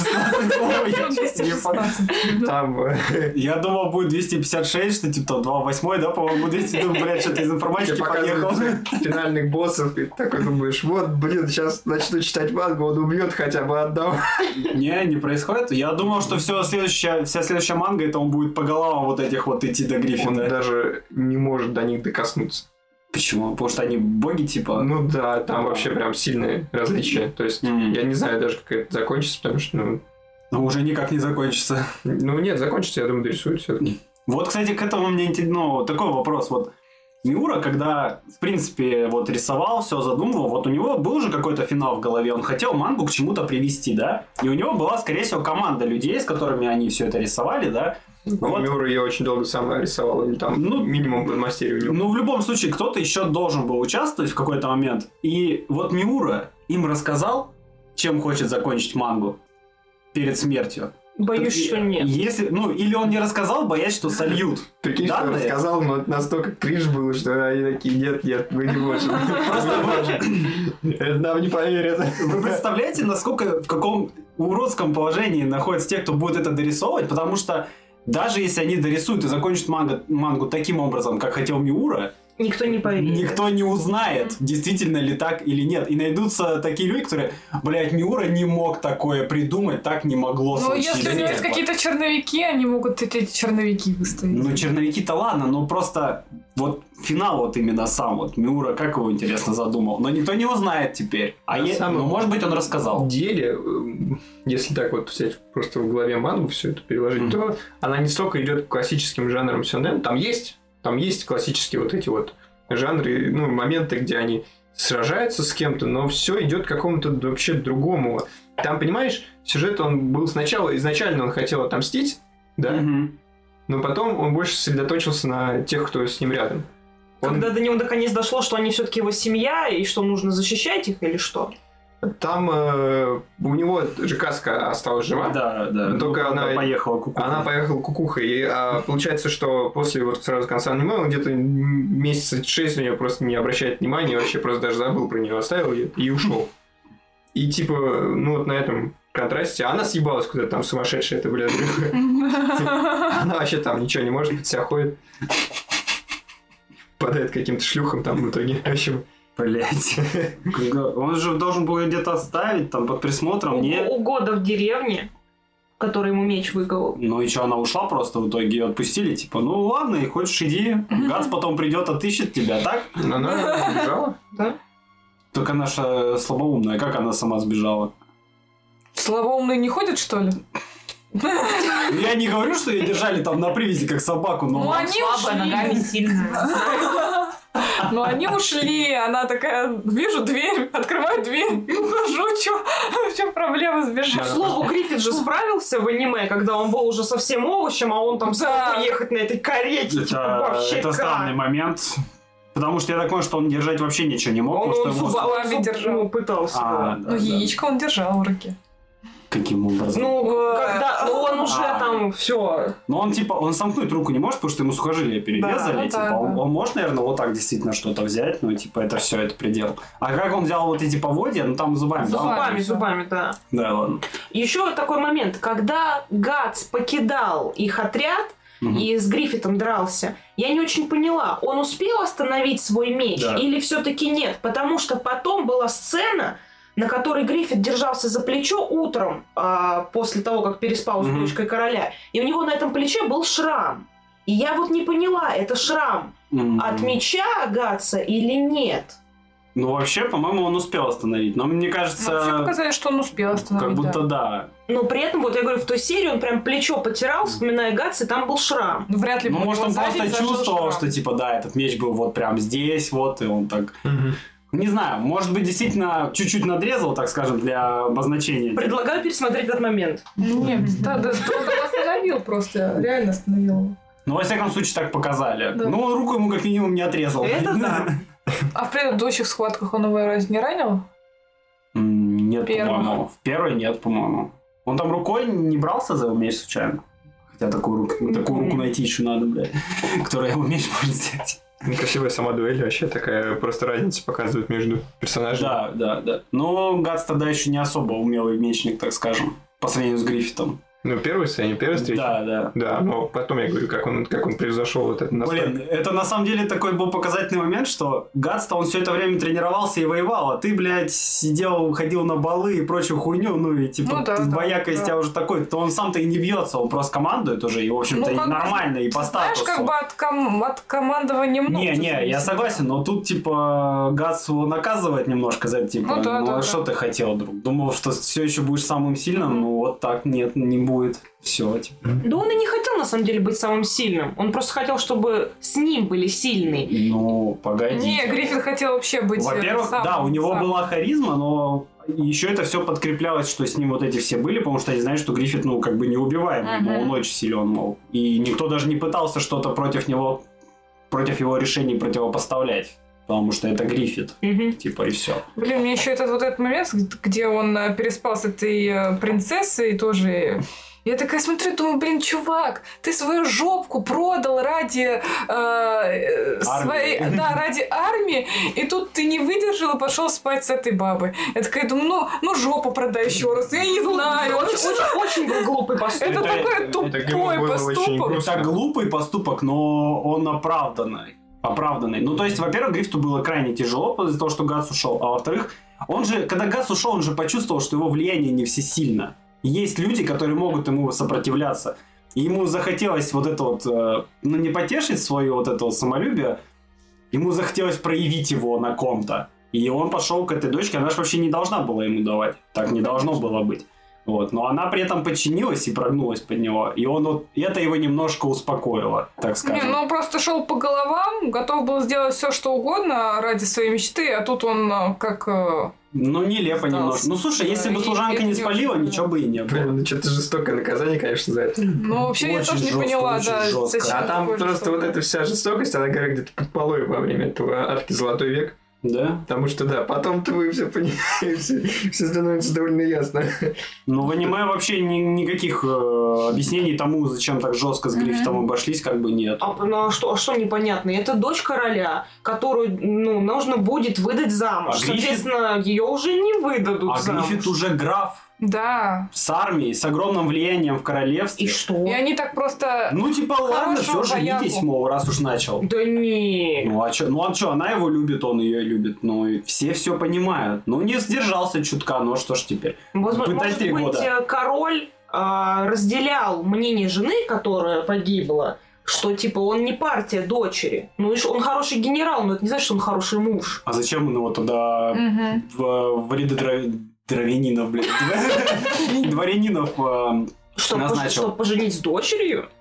216? Там... Я думал, будет 256, что типа 2/8, да, по-моему, 200, думаю, блядь, что-то из информатики поехал. Финальных боссов, и такой думаешь, вот, блин, сейчас начну читать мангу, он убьет хотя бы одного. Не происходит. Я думал, что вся следующая манга, это он будет по головам вот этих вот идти до Гриффина. Он даже не может до них докоснуться. Почему? Потому что они боги, типа? Ну да, там вообще прям сильные различия. То есть, я не знаю даже, как это закончится, потому что, Но уже никак не закончится. Нет, закончится, я думаю, дорисуют все-таки. Вот, кстати, к этому мне такой вопрос. Вот Миура, когда, в принципе, вот рисовал, все задумывал, вот у него был же какой-то финал в голове, он хотел мангу к чему-то привести, да? И у него была, скорее всего, команда людей, с которыми они все это рисовали, да? Вот. Миура я очень долго сам рисовал, или там минимум подмастерил. Ну, в любом случае, кто-то еще должен был участвовать в какой-то момент. И вот Миура им рассказал, чем хочет закончить мангу перед смертью. Боюсь, что нет. Если, или он не рассказал, боясь, что сольют. Прикинь, что он рассказал, но настолько кринж был, что они такие, нет, мы не можем. Это нам не поверят. Вы представляете, насколько, в каком уродском положении находятся те, кто будет это дорисовывать? Потому что даже если они дорисуют и закончат мангу таким образом, как хотел Миура, никто не поверит. Никто не узнает, действительно ли так или нет. И найдутся такие люди, которые, блядь, Миура не мог такое придумать, так не могло случиться. Ну, если у него есть какие-то черновики, они могут эти черновики выставить. Ну, черновики-то ладно, но просто вот финал вот именно сам, вот Миура, как его, интересно, задумал. Но никто не узнает теперь. Может быть, он рассказал. В деле, если так вот взять просто в голове мангу все это переложить, то она не столько идет к классическим жанрам сёнэн. Там есть классические вот эти вот жанры, моменты, где они сражаются с кем-то, но все идет к какому-то вообще другому. Там, понимаешь, сюжет он был изначально он хотел отомстить, да, но потом он больше сосредоточился на тех, кто с ним рядом. Когда до него наконец дошло, что они все-таки его семья, и что нужно защищать их, или что? Там у него же Каска осталась жива. Да. Только она поехала кукухой. Она поехала кукухой. И получается, что после вот сразу конца аниме он где-то месяца 6 у нее просто не обращает внимания, вообще просто даже забыл про нее, оставил ее и ушел. И типа, вот на этом контрасте она съебалась куда-то там сумасшедшая, это, блядь, она вообще там ничего не может, вся ходит. Падает каким-то шлюхам там в итоге. В общем... Блять. Он же должен был ее где-то оставить, там, под присмотром. У года в деревне, который ему меч выковал. Ну и что, она ушла просто в итоге, ее отпустили, типа, ну ладно, и хочешь иди, Гац потом придет, отыщет тебя, так? Она сбежала, да? Только наша слабоумная, как она сама сбежала? Слабоумные не ходят, что ли? Я не говорю, что ее держали там на привязи, как собаку, но... Ну, они слабая, ногами сильная. Ну, они ушли, она такая, вижу дверь, открываю дверь, ухожу, в чем проблема сбежать? К слову, Гриффит же справился в аниме, когда он был уже совсем овощем, а он там смог уехать на этой карете. Это странный момент. Потому что я так понимаю, что он держать вообще ничего не мог. Он зубами держал, пытался. Ну, яичко он держал в руке. Каким образом? Когда он уже там все. Но он типа, он сомкнуть руку не может, потому что ему сухожилия перерезали. Он может, наверное, вот так действительно что-то взять, но типа это все, это предел. А как он взял вот эти поводья, ну там зубами. Зубами, да. Да, ладно. Еще такой момент, когда Гатс покидал их отряд и с Гриффитом дрался, я не очень поняла, он успел остановить свой меч или все-таки нет, потому что потом была сцена, на которой Гриффит держался за плечо утром, после того, как переспал с дочкой короля. И у него на этом плече был шрам. И я вот не поняла, это шрам от меча Гатса или нет? Ну, вообще, по-моему, он успел остановить. Но мне кажется... Вообще показали, что он успел остановить, как будто да. Но при этом, вот я говорю, в той серии он прям плечо потирал, вспоминая Гатса, и там был шрам. Ну, вряд ли. Ну, может, он просто чувствовал, что, типа, да, этот меч был вот прям здесь, вот, и он так... Не знаю, может быть, действительно чуть-чуть надрезал, так скажем, для обозначения. Предлагаю пересмотреть этот момент. Нет, он остановил просто, реально остановил. Ну, во всяком случае, так показали. Да. Ну, руку ему как минимум не отрезал. Это да. А в предыдущих схватках он его разве не ранил? Нет, по-моему. В первой нет, по-моему. Он там рукой не брался за его меч случайно? Хотя такую руку найти еще надо, блядь, которая его меч может взять. Красивая сама дуэль вообще такая, просто разница показывает между персонажами. Да. Но Гатс тогда еще не особо умелый мечник, так скажем, по сравнению с Гриффитом. Ну, первая сцена, первая встреча. Да. Да, но потом я говорю, как он превзошел вот это настолько. Блин, это на самом деле такой был показательный момент, что Гатс-то он все это время тренировался и воевал, а ты, блядь, сидел, ходил на балы и прочую хуйню, ну и типа бояка из тебя уже такой, то он сам-то и не бьется, он просто командует уже, и в общем-то и нормально, и по статусу. Знаешь, как бы от командования много. Не, я согласен, но тут типа Гатс его наказывает немножко за это, типа, что ты хотел, друг? Думал, что все еще будешь самым сильным, ну вот так нет, не будет. Все, типа. Да он и не хотел, на самом деле, быть самым сильным. Он просто хотел, чтобы с ним были сильные. Ну, погоди. Не, Гриффит хотел вообще быть Во-первых, самым, да, у него самым. была харизма, но еще это все подкреплялось, что с ним вот эти все были, потому что они знают, что Гриффит, ну, как бы неубиваемый, но он очень силен, мол. И никто даже не пытался что-то против него, против его решений противопоставлять. Потому что это Гриффит. Типа, и все. Блин, мне еще этот момент, где он переспал с этой принцессой, тоже... Я такая смотрю, думаю, блин, чувак, ты свою жопку продал ради ради армии, и тут ты не выдержал и пошел спать с этой бабой. Я такая думаю, ну жопу продай еще раз, я не знаю. Очень был глупый поступок. Это такой тупой поступок. Это глупый поступок, но он оправданный. Ну, то есть, во-первых, Гриффиту было крайне тяжело из-за того, что Гатс ушел, а во-вторых, он же, когда Гатс ушел, он же почувствовал, что его влияние не всесильно. Есть люди, которые могут ему сопротивляться. И ему захотелось вот это вот, ну, не потешить свое вот это вот самолюбие, ему захотелось проявить его на ком-то. И он пошел к этой дочке, она же вообще не должна была ему давать. Так не должно было быть. Вот. Но она при этом подчинилась и прогнулась под него. И он вот это его немножко успокоило, так скажем. Не, ну он просто шел по головам, готов был сделать все, что угодно ради своей мечты, а тут он как... Ну, нелепо немножко. Ну, слушай, если бы служанка не спалила, ничего бы и не было. Блин, что-то жестокое наказание, конечно, за это. Ну, вообще, я тоже не поняла, да, зачем. А там просто вот эта вся жестокость, она говорит где-то под полой во время этого арки «Золотой век». Да? Потому что, да, потом-то вы все понимаете, все становится довольно ясно. Ну, в аниме вообще никаких объяснений тому, зачем так жестко с Гриффитом обошлись, как бы нет. А что непонятно? Это дочь короля, которую, ну, нужно будет выдать замуж. Соответственно, ее уже не выдадут замуж. А Гриффит уже граф. Да. С армией, с огромным влиянием в королевстве. И что? И они так просто... Ну, типа, ладно, все, женитесь, мол, раз уж начал. Да не. Ну, а что, она его любит, он ее любит. Ну, и все понимают. Ну, не сдержался чутка, ну, что ж теперь. Может быть, король разделял мнение жены, которая погибла, что, типа, он не партия дочери. Ну, он хороший генерал, но это не значит, что он хороший муж. А зачем он его тогда в ряды дворянинов, блин, дворянинов назначил? Чтобы поженить с дочерью?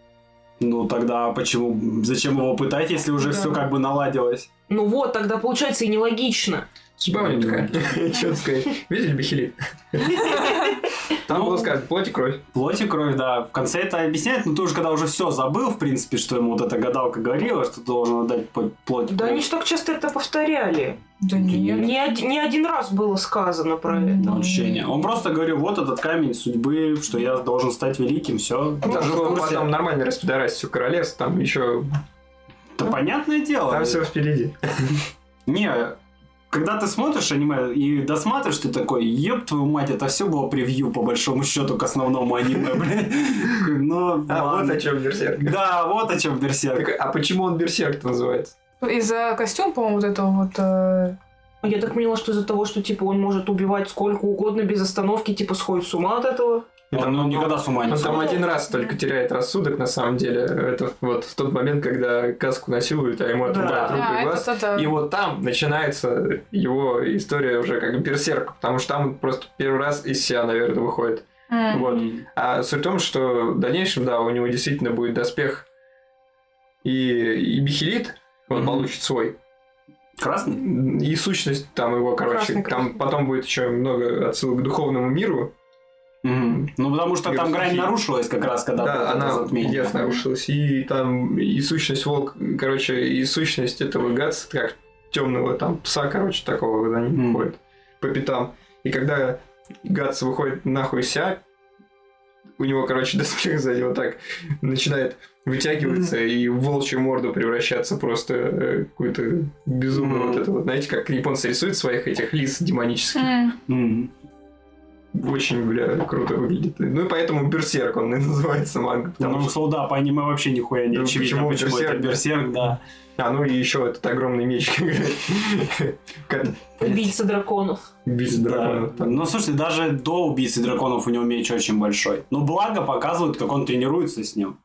Ну, тогда почему? Зачем его пытать, если уже все как бы наладилось? Ну вот, тогда получается и нелогично. Судьба у него такая. Что сказать? Видели Бахилит? Там было сказано плоть и кровь. Плоть и кровь, да. В конце это объясняет, но ты уже когда уже все забыл, в принципе, что ему вот эта гадалка говорила, что ты должен отдать плоть. Да они ж так часто это повторяли. Да нет. Не один раз было сказано про это. Вообще не. Он просто говорил, вот этот камень судьбы, что я должен стать великим, все. Даже потом нормально распидорасить все королевство, там еще... Да понятное дело. Там все впереди. Не, когда ты смотришь аниме и досматриваешь, ты такой, еб твою мать, это все было превью, по большому счету, к основному аниме, блин. Ну, вот о чем Берсерк. Да, вот о чем Берсерк. А почему он Берсерк называется? Из-за костюма, по-моему, вот этого вот... Я так поняла, что из-за того, что типа он может убивать сколько угодно без остановки, типа сходит с ума от этого. Он никогда с ума не Он сходит. там один раз только теряет рассудок, на самом деле. Это вот в тот момент, когда Каску насилуют, а ему отрубают руку и глаз. И вот там начинается его история уже как Берсерк, потому что там он просто первый раз из себя, наверное, выходит. Вот. А суть в том, что в дальнейшем, да, у него действительно будет доспех и бихелит, он получит свой. Красный? И сущность там его, короче, Красный. там потом будет еще много отсылок к духовному миру. Ну, потому что там грань нарушилась как раз, когда Да, она затмение. ясно нарушилась. И там и сущность волк, короче, и сущность этого Гатса, как темного там пса, короче, такого за ним ходит по пятам. И когда Гатс выходит нахуй из себя, у него, короче, доспех сзади вот так начинает вытягиваться и в волчью морду превращаться просто какую-то безумную вот это вот. Знаете, как японцы рисуют своих этих лис демонических? Очень, бля, круто выглядит. Ну и поэтому Берсерк он и называется манга. Потому что, да, по аниме вообще нихуя не Ну, очевидно, почему почему это Берсерк, Берсерк, да. А, ну и еще этот огромный меч. Убийца драконов. Убийца драконов. Ну, слушайте, даже до убийцы драконов у него меч очень большой. Но благо показывают, как он тренируется с ним.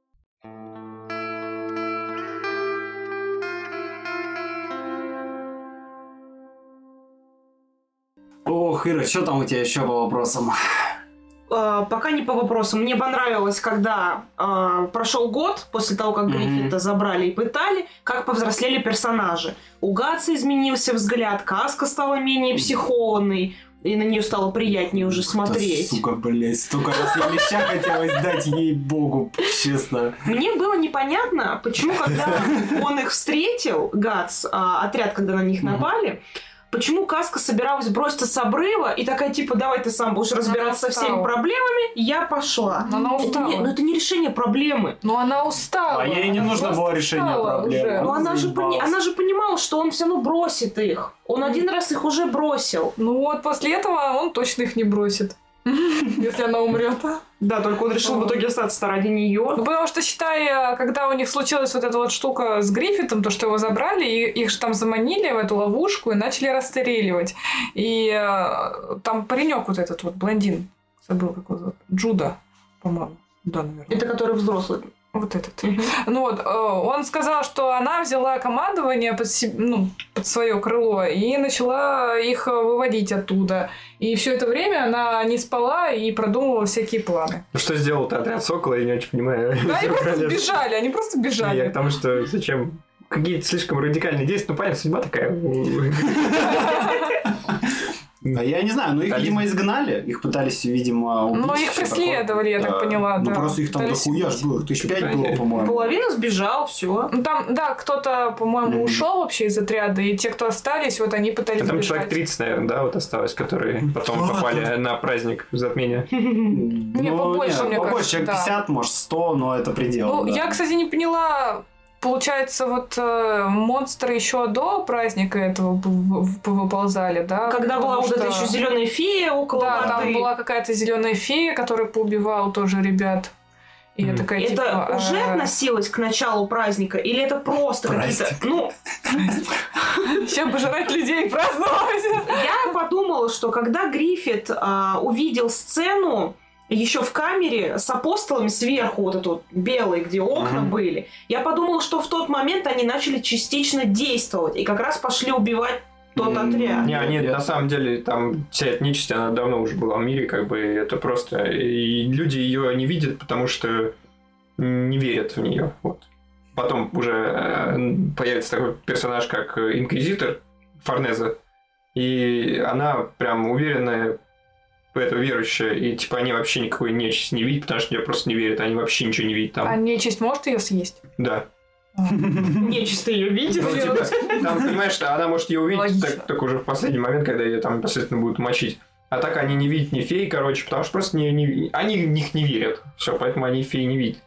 Ох, Ира, что там у тебя еще по вопросам? Пока не по вопросам. Мне понравилось, когда прошел год после того, как Гриффита забрали и пытали, как повзрослели персонажи. У Гатса изменился взгляд, Каска стала менее психованной, и на нее стало приятнее уже смотреть. Да, сука, блядь, столько раз я леща хотелось дать ей-богу, честно. Мне было непонятно, почему, когда он их встретил, Гатс, отряд, когда на них напали, почему Каска собиралась броситься с обрыва и такая, типа, давай ты сам будешь разбираться со всеми проблемами, я пошла. Но она устала. Но это не решение проблемы. Но она устала. А ей не нужно было решение проблемы. Но она же понимала, что он все равно бросит их. Он один раз их уже бросил. Ну вот, после этого он точно их не бросит. Если она умрет. Да, только он решил в итоге остаться ради нее. Ну, потому что, считай, когда у них случилась вот эта вот штука с Гриффитом, то, что его забрали, и их же там заманили в эту ловушку и начали расстреливать. И там паренек вот этот вот, блондин, забыл, как его зовут, Джуда, по-моему. Да, наверное. Это который взрослый. Вот этот. Ну вот, он сказал, что она взяла командование под свое крыло и начала их выводить оттуда. И все это время она не спала и продумывала всякие планы. Ну что сделал-то отряд Сокола, я не очень понимаю. Да, они просто бежали. Я к тому, что зачем какие-то слишком радикальные действия, ну понятно, судьба такая. А я не знаю, но их, видимо, изгнали. Их пытались, видимо, убить. Но их преследовали, я так поняла. Ну да. просто их там дохуя ж было. 1005 было, по-моему. Половина сбежал, все. Ну там, да, кто-то, по-моему, ушел вообще из отряда, и те, кто остались, вот они пытались Там бежать. человек 30, наверное, да, вот осталось, которые потом попали на праздник затмения. Не, побольше, мне побольше, кажется, человек да. 50, может, 100, но это предел. Ну, да. я, кстати, не поняла. Получается, вот монстры еще до праздника этого выползали, да? Когда была вот эта еще зеленая фея около Да, воды. там была какая-то зеленая фея, которая поубивала тоже ребят. И я такая, Это типа, уже относилось к началу праздника? Или это просто какие-то... Ну, Чем пожирать людей и праздновать? я подумала, что когда Гриффит увидел сцену еще в камере с апостолами сверху, вот эту белой, где окна были, я подумала, что в тот момент они начали частично действовать и как раз пошли убивать тот отряд. Не, они на самом деле, там вся эта нечисть, она давно уже была в мире, как бы это просто... И люди ее не видят, потому что не верят в нее. Вот. Потом уже появится такой персонаж, как Инквизитор Форнеза, и она прям уверенная в это верующая, и типа они вообще никакой нечисти не видят, потому что ее просто не верят, они вообще ничего не видят там. А нечисть может ее съесть? Да. Нечисто ее видит. Ну, типа, там, понимаешь, она может ее увидеть Логично. так уже в последний момент, когда ее там непосредственно будут мочить. А так они не видят ни фей, короче, потому что просто они в них не верят. Все, поэтому они фей не видят.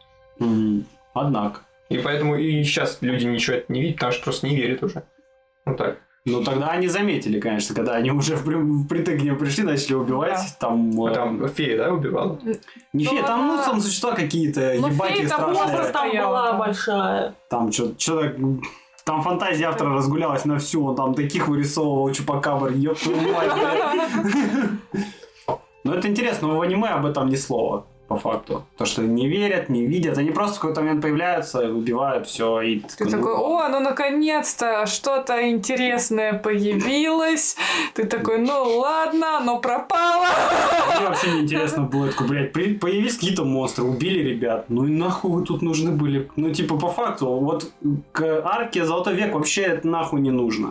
Однако. И поэтому и сейчас люди ничего это не видят, потому что просто не верят уже. Вот так. Ну, тогда они заметили, конечно, когда они уже впритык к ним пришли, начали убивать. Да. Там фея, да, убивала? Не фея, там, она- там существа какие-то, Ну, ебать фея их там страшные. просто Там стояла, была да. большая. Там что-то... Там фантазия автора разгулялась на всю, он там таких вырисовывал чупакабр, ёб твою мать, блядь. Но это интересно, но в аниме об этом ни слова, по факту. То, что не верят, не видят, они просто в какой-то момент появляются, убивают, все и... Ты такой, о, ну наконец-то что-то интересное появилось. Ты такой, ну ладно, но пропало. Мне вообще не интересно было, такой, блядь, появились какие-то монстры, убили ребят, ну и нахуй вы тут нужны были? Ну, типа, по факту, вот к арке Золотой век вообще это нахуй не нужно.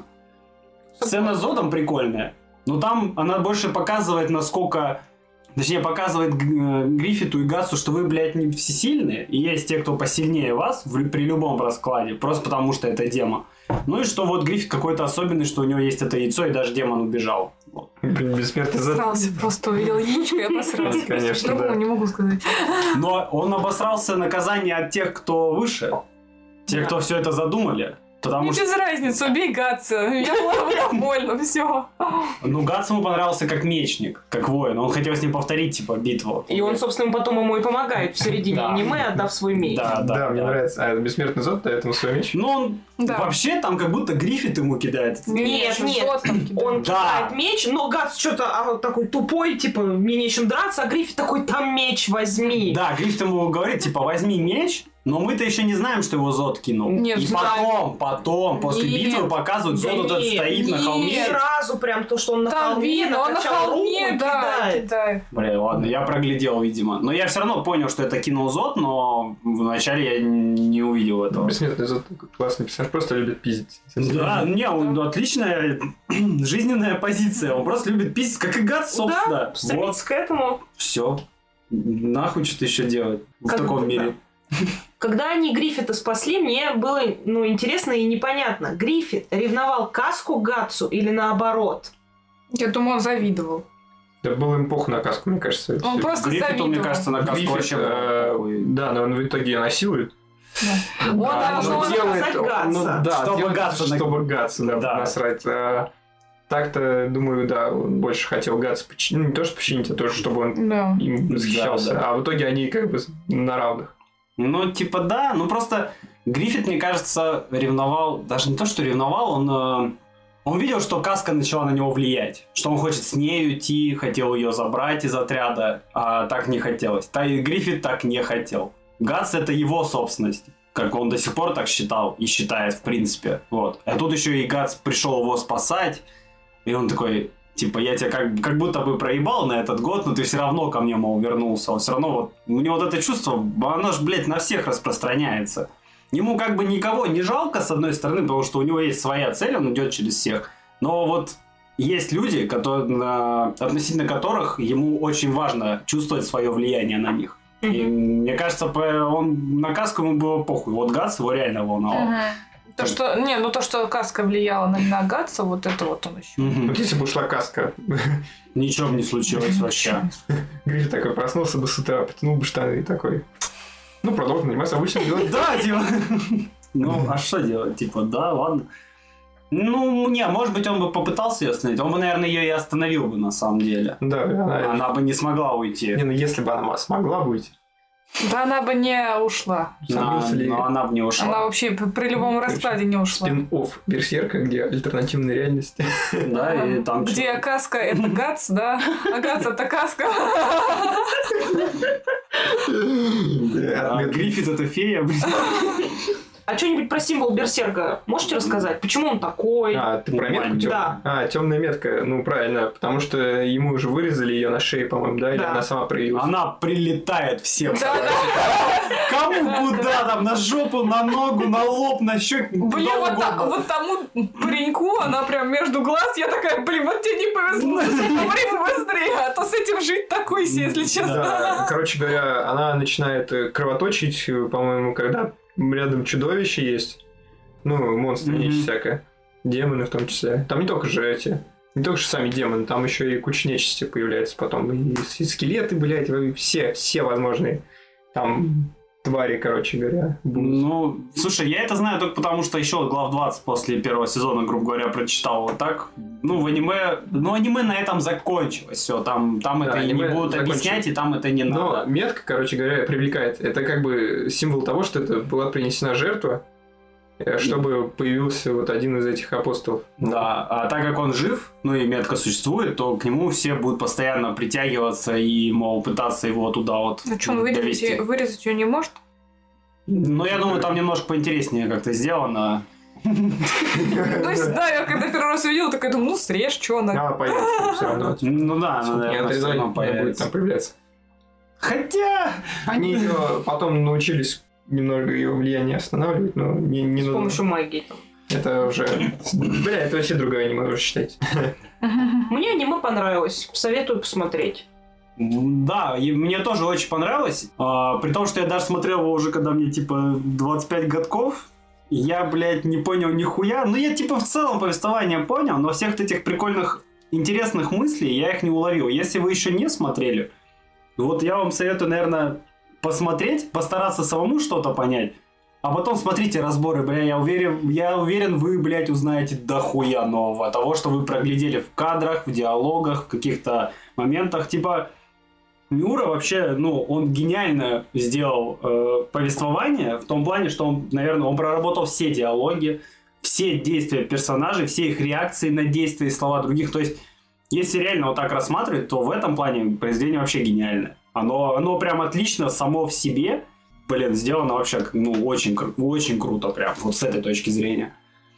Сцена с Зодом прикольная, но там она больше показывает, насколько... Точнее, показывает Гриффиту и Гатсу, что вы, блядь, не всесильные, и есть те, кто посильнее вас при любом раскладе, просто потому что это демон. Ну и что вот Гриффит какой-то особенный, что у него есть это яйцо, и даже демон убежал. Вот. Бессмертный зад. Срался, просто увидел яичко и обосрался. Конечно, Другого да. не могу сказать. Но он обосрался наказание от тех, кто выше, те, кто все это задумали. Потому Мне что, без разницы, убей Гатса. Я больно, все. ну, Гатс ему понравился как мечник, как воин. Он хотел с ним повторить, типа, битву. И он, собственно, потом ему и помогает в середине Да. аниме, отдав свой меч. Да, мне нравится. А бессмертный зод, да, этому свой меч? Ну, он Да. вообще там как будто Гриффит ему кидает. Нет, нет. Зод там кидает. Он Да. кидает меч, но Гатс что-то такой тупой, типа, мне нечем драться, а Гриффит такой, там меч возьми. Да, Гриффит ему говорит, типа, возьми меч, но мы-то еще не знаем, что его Зод кинул. Нет, и знаем. потом, после Нет. битвы показывают, Да Зод вот этот нет, стоит на нет. холме. Сразу прям то, что он на Там холме, видно, он на накачал холме, руку, да, кидает. Бля, ладно, я проглядел, видимо. Но я все равно понял, что это кинул Зод, но вначале я не увидел этого. Бессмертный зод классный персонаж, просто любит пиздить. Да, не, он отличная жизненная позиция. Он просто любит пиздить, как и Гад, собственно. Да, стремится к этому. Все. Нахуй что-то еще делать в Как таком бы, мире. Когда они Гриффита спасли, мне было интересно и непонятно. Гриффит ревновал Каску к Гатсу или наоборот? Я думаю, он завидовал. Да было им похуй на каску, мне кажется. Он просто Гриффиту, завидовал. мне кажется, на каску Гриффит, вообще было похуй. да, но он в итоге ее насилует. Он Да, должен но он делает- наказать ну, Гатса. да, Чтобы делает, Гатса чтобы Гатса, да, Да. насрать. Так-то, думаю, да, он больше хотел Гатса починить. Ну, не то, что починить, а то, чтобы он Да. им защищался. Да. А в итоге они как бы на равных. Ну, типа, да, ну просто Гриффит, мне кажется, ревновал, даже не то, что ревновал, он видел, что Каска начала на него влиять, что он хочет с ней уйти, хотел ее забрать из отряда, а так не хотелось. Гриффит так не хотел. Гатс — это его собственность, как он до сих пор так считал и считает, в принципе. Вот. А тут еще и Гатс пришел его спасать, и он такой... Типа, я тебя как будто бы проебал на этот год, но ты все равно ко мне, мол, вернулся. Он все равно вот... У него вот это чувство, оно ж, блядь, на всех распространяется. Ему как бы никого не жалко, с одной стороны, потому что у него есть своя цель, он идет через всех. Но вот есть люди, относительно которых ему очень важно чувствовать свое влияние на них. И мне кажется, он на Каску ему было похуй. Вот Гатс его реально волновал. Мгм. То, что Каска влияла на Гатса, вот это вот он еще. Мгм. Вот если бы ушла Каска, Ничего бы не случилось вообще. Гриффит такой проснулся бы с утра, потянул бы штаны и такой... Ну, продолжим заниматься обычным делом. Да, типа. Ну, а что делать? Типа, да, ладно. Ну, не, может быть, он бы попытался ее остановить. Он бы, наверное, ее и остановил бы, на самом деле. Да, Она бы не смогла уйти. Не, ну если бы она смогла бы уйти. Да она бы не ушла. Сомнился ли Но она бы не ушла. Она вообще при любом раскладе не ушла. спин-офф Берсерка, где альтернативная реальность. Да, и там... Где Каска это Гатс, да? А Гатс это Каска. А Гриффит это фея, блин. А что-нибудь про символ Берсерка можете рассказать? Почему он такой? А, ты про метку? Да. Темная метка. Ну, правильно, потому что ему уже вырезали ее на шее, по-моему, да? Или она сама проявилась? Она прилетает всем. Да. Кому куда там? На жопу, на ногу, на лоб, на щеки. Блин, вот тому пареньку, она прям между глаз, я такая, блин, вот тебе не повезло, говори быстрее, а то с этим жить такой себе, если честно. Да, короче говоря, она начинает кровоточить, по-моему, когда рядом чудовище есть. Ну, монстры, нечисть всякая. Демоны в том числе. Там не только же эти... Не только же сами демоны, там еще и куча нечисти появляется потом. И скелеты, блядь, все возможные. Там... твари, короче говоря. Ну, слушай, я это знаю только потому, что еще глав 20 после первого сезона, грубо говоря, прочитал. Вот так, ну, в аниме... Ну, аниме на этом закончилось. Все, там да, это не будут объяснять, и там это не надо. Но метка, короче говоря, привлекает. Это как бы символ того, что это была принесена жертва, чтобы появился вот один из этих апостолов. Да, а так как он жив, ну и метка существует, то к нему все будут постоянно притягиваться и, мол, пытаться его туда вот ну что, он вырезать ее не может? Ну, я думаю, там немножко поинтереснее как-то сделано. То есть, да, я когда первый раз увидела, такая думаю, ну, срежь, что она... Она появится все равно. Ну да, она, наверное, все равно будет там появляться. Хотя... Они ее потом научились немного ее влияние останавливать, но не с помощью магии. Это уже... Бля, это вообще другое аниме, уже считайте. Мне аниме понравилось. Советую посмотреть. Да, и мне тоже очень понравилось. При том, что я даже смотрел его уже, когда мне, типа, 25 годков. Я, блядь, не понял нихуя. Ну, я, типа, в целом повествование понял, но всех этих прикольных, интересных мыслей я их не уловил. Если вы еще не смотрели, вот я вам советую, наверное, посмотреть, постараться самому что-то понять. А потом смотрите разборы, бля, я уверен, вы, блядь, узнаете дохуя нового. Того, что вы проглядели в кадрах, в диалогах, в каких-то моментах. Типа, Миура вообще, ну, он гениально сделал повествование в том плане, что он, наверное, он проработал все диалоги, все действия персонажей, все их реакции на действия и слова других. То есть, если реально вот так рассматривать, то в этом плане произведение вообще гениальное. Оно прям отлично само в себе. Блин, сделано вообще, ну, очень круто прям, вот с этой точки зрения.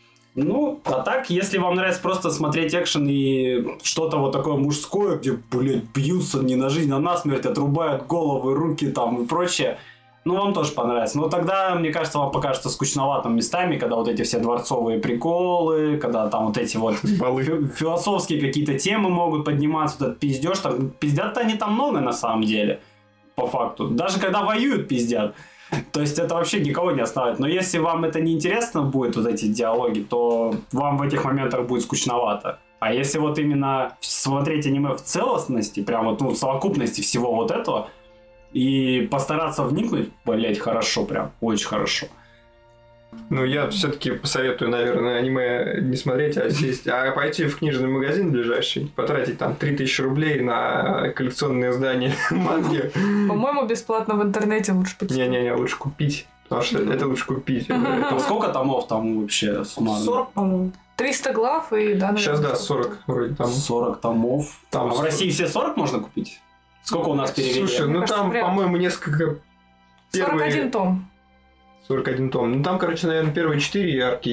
Ну, а так, если вам нравится просто смотреть экшен и что-то вот такое мужское, где, блядь, бьются не на жизнь, а на смерть, отрубают головы, руки там и прочее, ну, вам тоже понравится. Но тогда, мне кажется, вам покажется скучноватым местами, когда вот эти все дворцовые приколы, когда там вот эти вот философские какие-то темы могут подниматься, вот этот пиздеж, там, пиздят-то они там много на самом деле. По факту. Даже когда воюют, пиздят. То есть это вообще никого не оставит. Но если вам это не интересно будет, вот эти диалоги, то вам в этих моментах будет скучновато. А если вот именно смотреть аниме в целостности, прям вот, ну, в совокупности всего вот этого, и постараться вникнуть, блять, хорошо прям, очень хорошо. Ну, я все-таки посоветую, наверное, аниме не смотреть, а сесть, а пойти в книжный магазин ближайший, потратить там 3000 рублей на коллекционные издания манги. По-моему, бесплатно в интернете лучше почитать. Не-не-не, лучше купить, потому что это лучше купить. Сколько томов там вообще с мангой? 40, по-моему. 300 глав и... Да, сейчас, да, 40 вроде там. 40 томов. Там а в России все 40 можно купить? Сколько у нас перевели? Слушай, ну там, по-моему, несколько... 41 том. 41 том. Ну, там, короче, наверное, первые 4 арки.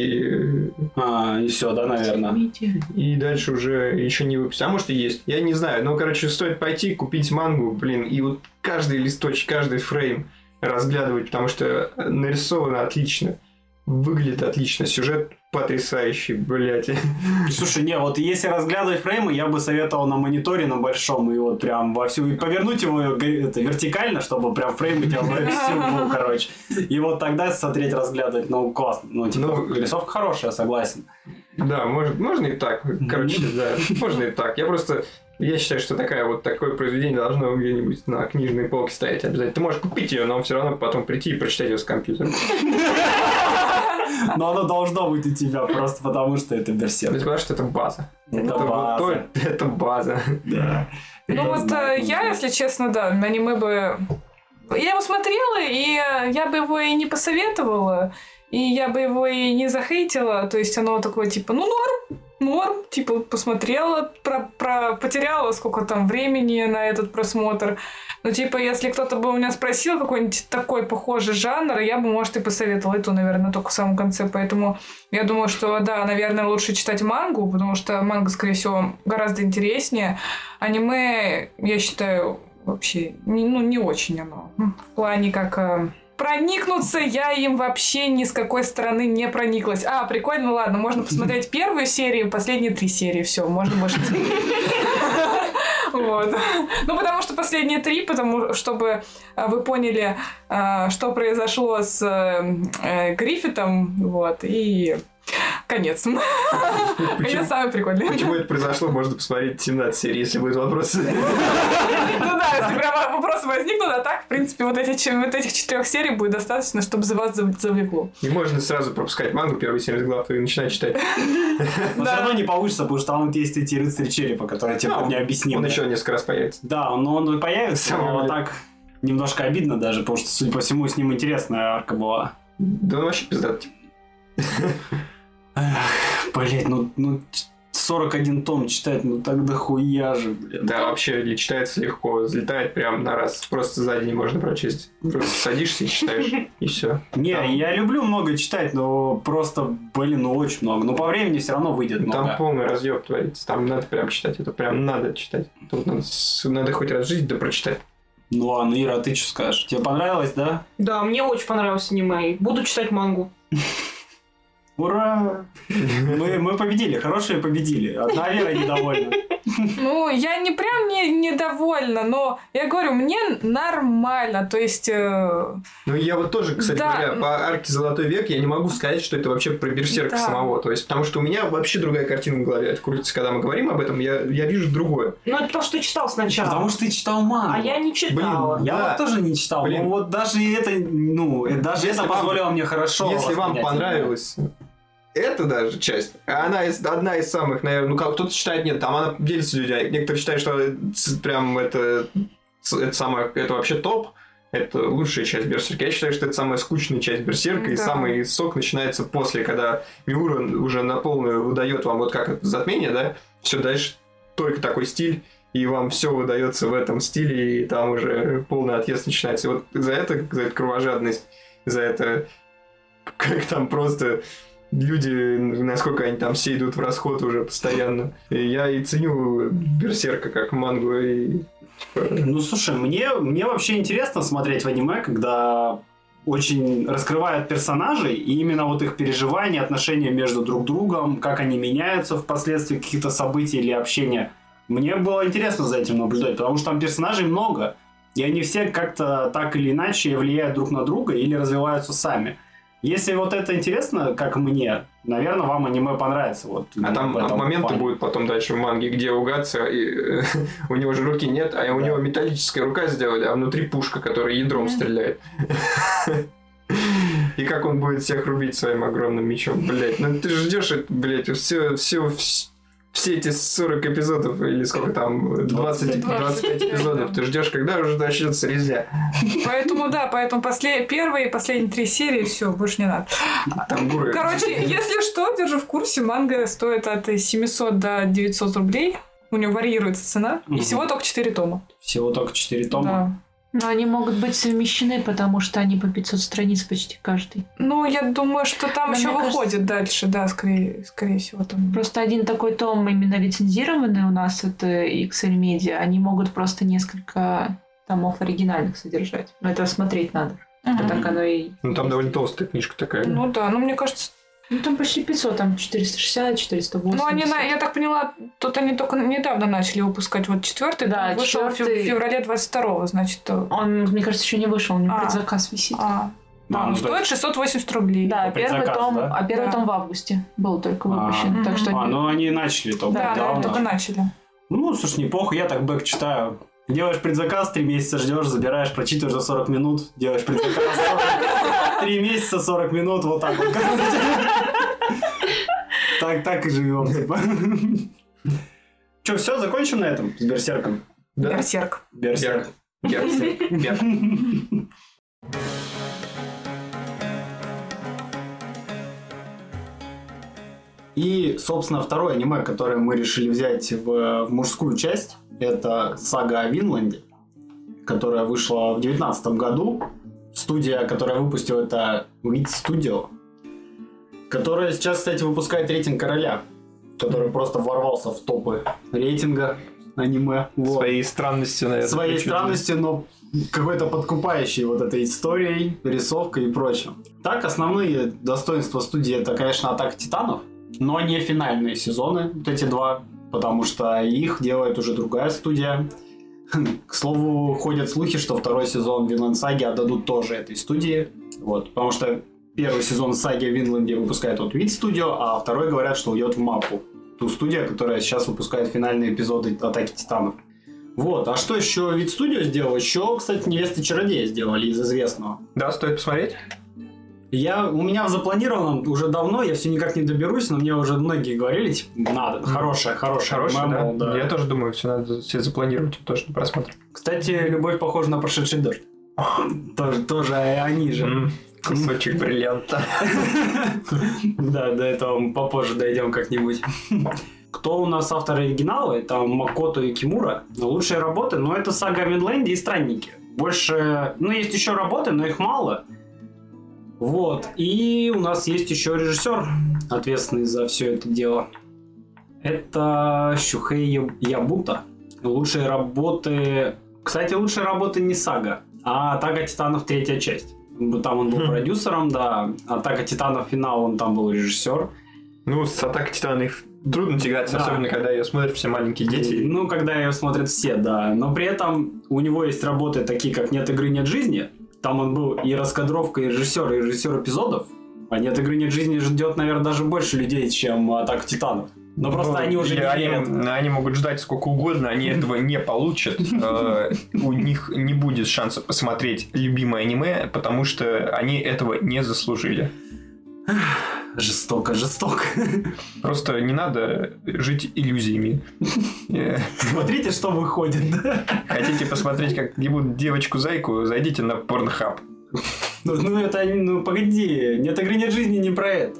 И все, да, наверное. И дальше уже еще не выпустят. А может и есть. Я не знаю. Но, короче, стоит пойти, купить мангу, блин, и вот каждый листочек, каждый фрейм разглядывать, потому что нарисовано отлично. Выглядит отлично. Сюжет потрясающий, блядь. Слушай, не, вот если разглядывать фреймы, я бы советовал на мониторе на большом и вот прям вовсю, и повернуть его вертикально, чтобы прям фреймы делали всю, короче. И вот тогда смотреть, разглядывать, ну, классно. Ну, типа, рисовка хорошая, согласен. Да, можно и так. Короче, да, можно и так. Я считаю, что такое произведение должно где-нибудь на книжной полке стоять обязательно. Ты можешь купить ее, но все равно потом прийти и прочитать ее с компьютера. Но оно должно быть у тебя, просто потому что это Берсерк. Потому что это база. Это база. Да. Ну вот я, если честно, да, на аниме бы... Я его смотрела, и я бы его и не посоветовала, и я бы его и не захейтила. То есть оно такое типа, ну норм, типа, посмотрела, потеряла сколько там времени на этот просмотр. Ну, типа, если кто-то бы у меня спросил какой-нибудь такой похожий жанр, я бы, может, и посоветовала эту, наверное, только в самом конце. Поэтому я думаю, что, да, наверное, лучше читать мангу, потому что манга, скорее всего, гораздо интереснее. Аниме, я считаю, вообще, не очень оно. В плане как... Проникнуться я им вообще ни с какой стороны не прониклась. Прикольно, ладно, можно посмотреть первую серию, последние 3 серии, все, можно больше не смотреть. Вот. Ну, потому что последние 3, чтобы вы поняли, что произошло с Гриффитом, вот, и конец. Конец самый прикольный. Почему это произошло, можно посмотреть 17 серий, если будут вопросы. Ну да, если прям вопросы возникнут, а так, в принципе, вот этих 4 серий будет достаточно, чтобы за вас завлекло. И можно сразу пропускать мангу, первые 70 глав, и начинать читать. Но все равно не получится, потому что там вот есть эти рыцари черепа, которые тебе необъяснимы. Он еще несколько раз появится. Да, он появится, но так немножко обидно даже, потому что, судя по всему, с ним интересная арка была. Да он вообще пиздатый. Блять, 41 том читать, так дохуя же, блядь. Да, вообще читается легко, залетает прям на раз. Просто за день можно прочесть. Просто садишься и читаешь, и все. Не, я люблю много читать, но просто, очень много. Но по времени все равно выйдет много. Там полный разъеб творится, там надо прям читать, это прям надо читать. Тут надо хоть раз в жизни да прочитать. Ну ладно, Ира, ты что скажешь? Тебе понравилось, да? Да, мне очень понравилось аниме. Буду читать мангу. Ура! Мы победили, хорошие победили. Одна Вера недовольна. Ну, я не прям недовольна, но я говорю, мне нормально, то есть... Ну, я вот тоже, кстати говоря, по арке «Золотой век» я не могу сказать, что это вообще про Берсерка самого. То есть, потому что у меня вообще другая картина в голове крутится, когда мы говорим об этом, я вижу другое. Ну, это потому что ты читал сначала. Потому что ты читал мангу. А я не читала. Я вот тоже не читал. Блин. Но вот даже это, даже это позволило мне хорошо. Если вам понравилось... Это даже часть, одна из самых, наверное, кто-то считает, нет, там она делится людьми, некоторые считают, что прям это вообще топ, это лучшая часть Берсерка. Я считаю, что это самая скучная часть Берсерка, и самый сок начинается после, когда Миура уже на полную выдает вам, вот как это затмение, да, все дальше только такой стиль, и вам все выдается в этом стиле, и там уже полный отъезд начинается. И вот за эту кровожадность, за это, как там просто... Люди, насколько они там все идут в расход уже постоянно. И я и ценю Берсерка как мангу. И... Ну, слушай, мне вообще интересно смотреть в аниме, когда очень раскрывают персонажей, и именно вот их переживания, отношения между друг другом, как они меняются впоследствии каких-то событий или общения. Мне было интересно за этим наблюдать, потому что там персонажей много, и они все как-то так или иначе влияют друг на друга или развиваются сами. Если вот это интересно, как мне, наверное, вам аниме понравится. Вот, а там моменты будут потом дальше в манге, где у Гатса у него же руки нет, а у него металлическая рука сделали, а внутри пушка, которая ядром стреляет. И как он будет всех рубить своим огромным мечом, блять. Ну ты же ждешь, блять, все эти 40 эпизодов, или сколько там, 25 эпизодов, ты ждешь, когда уже начнется резня. Поэтому первые и последние 3 серии, все, больше не надо. Короче, если что, держу в курсе, манга стоит от 700 до 900 рублей. У него варьируется цена. И всего только 4 тома. Всего только 4 тома? Да. Но они могут быть совмещены, потому что они по 500 страниц почти каждый. Ну, я думаю, что там еще выходит дальше, да, скорее всего. Там. Просто один такой том именно лицензированный у нас, это XL Media, они могут просто несколько томов оригинальных содержать. Но это смотреть надо. Так оно и... Ну, там довольно толстая книжка такая. Ну да, мне кажется... Ну, там почти 500, там 460, 480. Ну, они, я так поняла, тут они только недавно начали выпускать. Вот 4-й, да, вышел в феврале 22-го, значит. Он, мне кажется, еще не вышел, у него предзаказ висит. Он стоит 680 рублей. Да, первый том в августе был только выпущен. Так что ну они начали только. Да, только начали. Ну, слушай, неплохо, я так бэк читаю. Делаешь предзаказ, 3 месяца ждешь, забираешь, прочитываешь за 40 минут, делаешь предзаказ, 3 месяца, 40 минут, вот так вот. Так и живем, типа. Че, все, закончим на этом с Берсерком? Берсерк. И, собственно, второе аниме, которое мы решили взять в мужскую часть, это «Сага о Винланде», которая вышла в 2019 году. Студия, которая выпустила, это Wit Studio, которая сейчас, кстати, выпускает «Рейтинг короля», который просто ворвался в топы рейтинга аниме. Вот. Своей странностью, наверное. Своей странностью, но какой-то подкупающей вот этой историей, рисовкой и прочим. Так, основные достоинства студии — это, конечно, «Атака титанов», но не финальные сезоны, вот эти два, потому что их делает уже другая студия. К слову, ходят слухи, что второй сезон Винланд Саги отдадут тоже этой студии. Вот, потому что первый сезон Саги о Винланде выпускает от Wit Studio, а второй, говорят, что уйдет в Маппу, ту студию, которая сейчас выпускает финальные эпизоды Атаки титанов. Вот, а что еще Wit Studio сделал? Еще, кстати, «Невесты чародея» сделали из известного. Да, стоит посмотреть. У меня запланировано уже давно, я все никак не доберусь, но мне уже многие говорили, типа, надо, хорошая, да? Я тоже думаю, все надо себе запланировать, точно просмотр. Кстати, «Любовь похожа на прошедший дождь». Тоже они же. Кусочек бриллианта. Да, до этого мы попозже дойдем как-нибудь. Кто у нас автор оригинала? Это Макото Юкимура. Лучшие работы, но это «Сага о Винланде» и «Странники». Больше, есть еще работы, но их мало. Вот. И у нас есть еще режиссер, ответственный за все это дело. Это Шухей Ябута. Лучшие работы... Кстати, лучшие работы не «Сага», а «Атака титанов» третья часть. Там он был продюсером, да. «Атака титанов» финал, он там был режиссер. С «Атакой титанов» трудно тягаться, да. Особенно когда ее смотрят все маленькие дети. Когда ее смотрят все, да. Но при этом у него есть работы такие, как «Нет игры, нет жизни». Там он был и раскадровка, и режиссер эпизодов. А «Нет игры, нет жизни» ждет, наверное, даже больше людей, чем «Атака титанов». Но просто они уже не верят. Они могут ждать сколько угодно, они этого не получат. У них не будет шанса посмотреть любимое аниме, потому что они этого не заслужили. Жестоко. Просто не надо жить иллюзиями. Смотрите, что выходит. Хотите посмотреть, как ебут девочку-зайку, зайдите на Pornhub. Погоди. «Нет игры, нет жизни» не про это.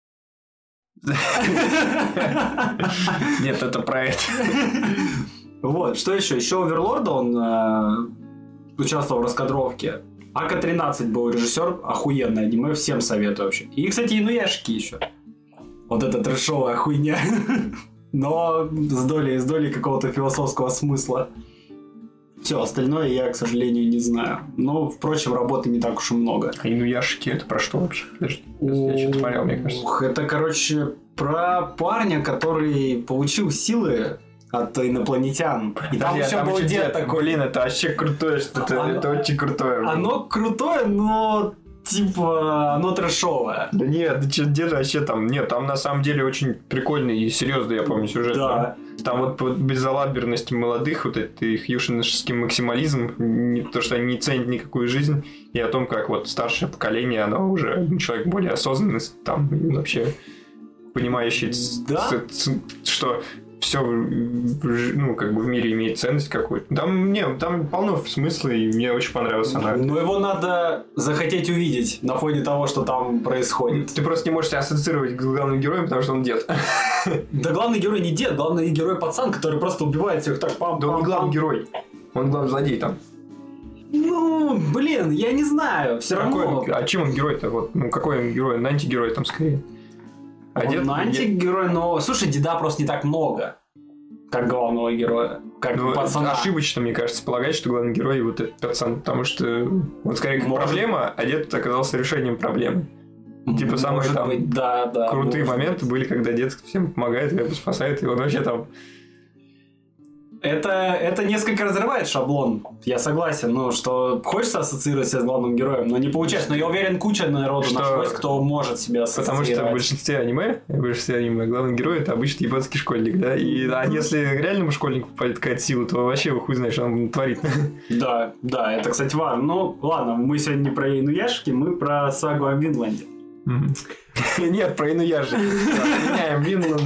Нет, это про это. Вот, что еще? Еще Оверлорда он участвовал в раскадровке. АК-13 был режиссер, охуенное аниме, всем советую вообще. И, кстати, Инуяшики еще. Вот эта трэшовая хуйня. Но с долей какого-то философского смысла. Все, остальное я, к сожалению, не знаю. Но, впрочем, работы не так уж и много. А Инуяшики это про что вообще? Подожди, я что-то смотрел, мне кажется. Это, про парня, который получил силы от инопланетян. И там еще был дед такой. Блин, это вообще крутое что-то. Это очень крутое. Оно крутое, но оно трэшовое. Да нет, дед вообще там... Нет, там на самом деле очень прикольный и серьезный, я помню, сюжет. Да. Там вот безалаберность молодых, вот это их юношеский максимализм, то, что они не ценят никакую жизнь, и о том, как вот старшее поколение, оно уже человек более осознанный, там, и вообще понимающий, что все, в мире имеет ценность какую-то. Там полно смысла, и мне очень понравилась она. Но его надо захотеть увидеть на фоне того, что там происходит. Ты просто не можешь себя ассоциировать с главным героем, потому что он дед. Да главный герой не дед, главный герой пацан, который просто убивает всех так пам-пам. Да он не главный герой, он главный злодей там. Я не знаю, все равно. А чем он герой-то? Какой он герой? Он антигерой там скорее. Он антигерой, но... Слушай, деда просто не так много, как главного героя, как пацана. Ошибочно, мне кажется, полагать, что главный герой вот этот пацан, потому что он скорее как проблема, а дед оказался решением проблемы. Типа самые там крутые моменты были, когда дед всем помогает, его спасает, и он вообще там... Это несколько разрывает шаблон, я согласен, что хочется ассоциировать себя с главным героем, но не получается. Но я уверен, куча народу нашлось, кто может себя ассоциировать. Потому что в большинстве аниме главный герой это обычно ебанский школьник, да? А если реальному школьнику попадет какая-то сила, то вообще хуй знаешь, что он творит. Да, это, кстати, важно. Ладно, мы сегодня не про Инуяшики, мы про «Сагу о Винланде». Нет, про Инуяши. Отменяем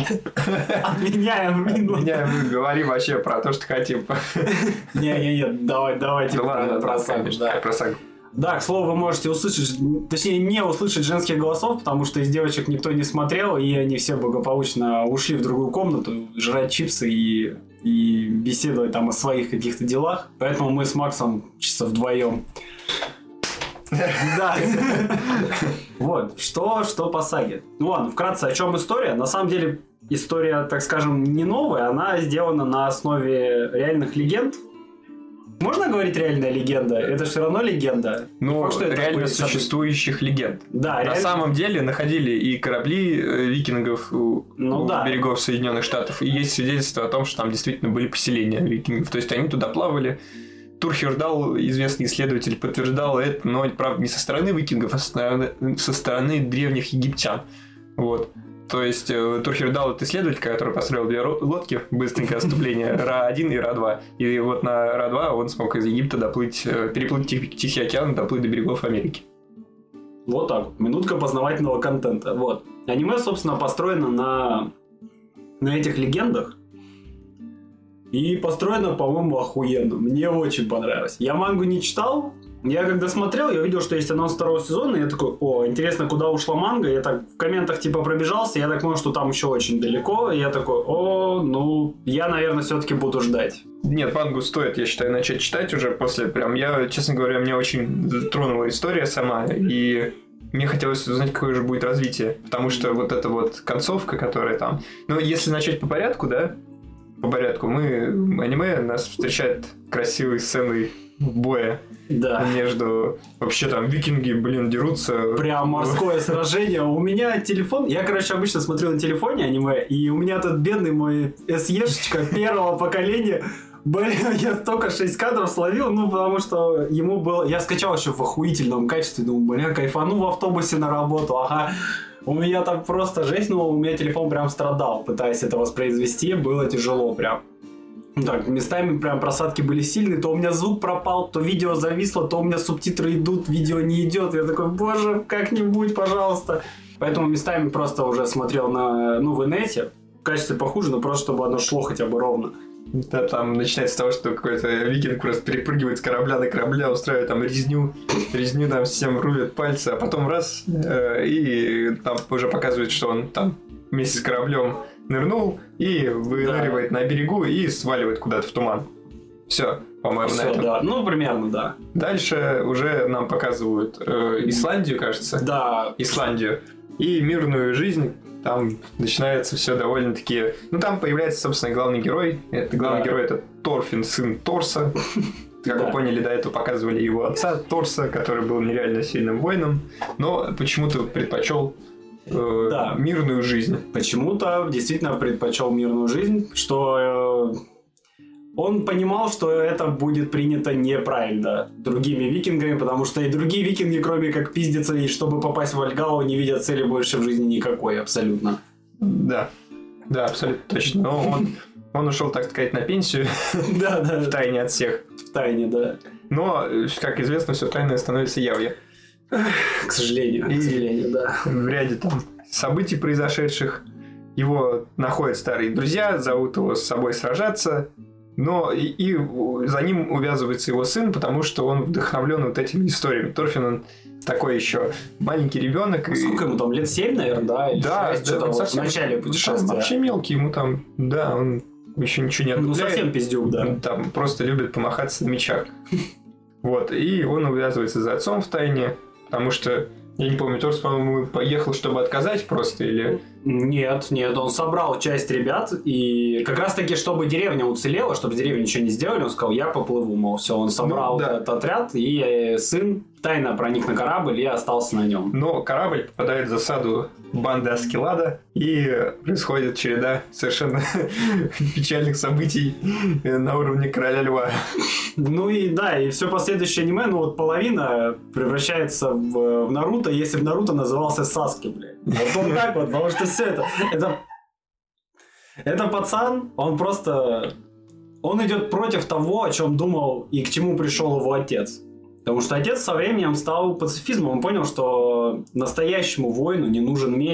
Винланд. Говорим вообще про то, что хотим. Не, давайте про Сагу. Про Сагу. Да, к слову, вы можете услышать, точнее, не услышать женских голосов, потому что из девочек никто не смотрел, и они все благополучно ушли в другую комнату жрать чипсы и беседовать там о своих каких-то делах. Поэтому мы с Максом чисто вдвоем. Да. Вот, что по саге. Ну ладно, вкратце, о чем история? На самом деле, история, так скажем, не новая, она сделана на основе реальных легенд. Можно говорить реальная легенда? Это все равно легенда. Ну, реально существующих легенд. Да, на самом деле находили и корабли викингов у берегов Соединенных Штатов, и есть свидетельства о том, что там действительно были поселения викингов. То есть они туда плавали. Тур Хёрдал, известный исследователь, подтверждал это, но, правда, не со стороны викингов, а со стороны древних египтян. Вот. То есть Тур Хёрдал — это исследователь, который построил 2 лодки, быстренькое отступление, Ра-1 и Ра-2. И вот на Ра-2 он смог из Египта переплыть Тихий океан и доплыть до берегов Америки. Вот так. Минутка познавательного контента. Вот. Аниме, собственно, построено на этих легендах. И построено, по-моему, охуенно. Мне очень понравилось. Я мангу не читал. Я когда смотрел, я видел, что есть анонс 2-го сезона, и я такой, интересно, куда ушла манга? Я так в комментах типа пробежался, я так понял, что там еще очень далеко, и я такой, я, наверное, все-таки буду ждать. Нет, мангу стоит, я считаю, начать читать уже после я, честно говоря, меня очень тронула история сама, и мне хотелось узнать, какое же будет развитие, потому что вот эта вот концовка, которая там... Ну, если начать по порядку, аниме нас встречает красивой сценой боя. Да. Между... Вообще там викинги, дерутся. Прям морское сражение. У меня телефон... Я, обычно смотрю на телефоне аниме, и у меня тут бедный мой SE-шечка первого поколения. Я столько 6 кадров словил, потому что ему было... Я скачал еще в охуительном качестве, думаю, кайфану в автобусе на работу, ага. У меня там просто жесть, но у меня телефон прям страдал, пытаясь это воспроизвести, было тяжело прям. Так, местами прям просадки были сильные, то у меня звук пропал, то видео зависло, то у меня субтитры идут, видео не идет. Я такой, боже, как-нибудь, пожалуйста. Поэтому местами просто уже смотрел в инете, в качестве похуже, но просто чтобы оно шло хотя бы ровно. Да, там начинается с того, что какой-то викинг просто перепрыгивает с корабля на корабля, устраивает там резню там всем рубят пальцы, а потом раз, и там уже показывает, что он там вместе с кораблем нырнул и выныривает на берегу и сваливает куда-то в туман. Все, по-моему, на этом. Да. Примерно, да. Дальше уже нам показывают Исландию, кажется. Да. Исландию. И мирную жизнь. Там начинается все довольно-таки... там появляется, собственно, главный герой. Главный герой — это Торфин, сын Торса. Как вы поняли, до этого показывали его отца Торса, который был нереально сильным воином, но почему-то предпочел мирную жизнь. Почему-то действительно предпочел мирную жизнь, что он понимал, что это будет принято неправильно другими викингами, потому что и другие викинги, кроме как пиздиться и чтобы попасть в Вальгаллу, не видят цели больше в жизни никакой, абсолютно. Да, абсолютно точно. Но он ушел, так сказать, на пенсию. Да. В тайне от всех. В тайне, да. Но, как известно, все тайное становится явью. К сожалению, да. В ряде там событий, произошедших, его находят старые друзья, зовут его с собой сражаться, но и за ним увязывается его сын, потому что он вдохновлен вот этими историями. Торфин, он такой еще маленький ребенок. Сколько ему там, лет 7, наверное, да? Или 6, что-то вот в начале путешествия. Он вообще мелкий, ему там, он еще ничего не отдупляет. Совсем пиздюк, да. Там просто любит помахаться на мечах. Вот, и он увязывается за отцом в тайне, потому что, я не помню, Торс, по-моему, поехал, чтобы отказать просто, или... Нет, он собрал часть ребят, и как раз таки, чтобы деревня уцелела, чтобы деревню ничего не сделали, он сказал, я поплыву, мол, все, он собрал этот отряд, и сын тайно проник на корабль и остался на нем. Но корабль попадает в засаду банды Аскелада, и происходит череда совершенно печальных событий на уровне Короля Льва. И все последующее аниме, половина превращается в Наруто, если бы Наруто назывался Саски, блядь. Вот он так вот, потому что все это пацан, он идет против того, о чем думал и к чему пришел его отец. Потому что отец со временем стал пацифизмом, он понял, что настоящему воину не нужен меч,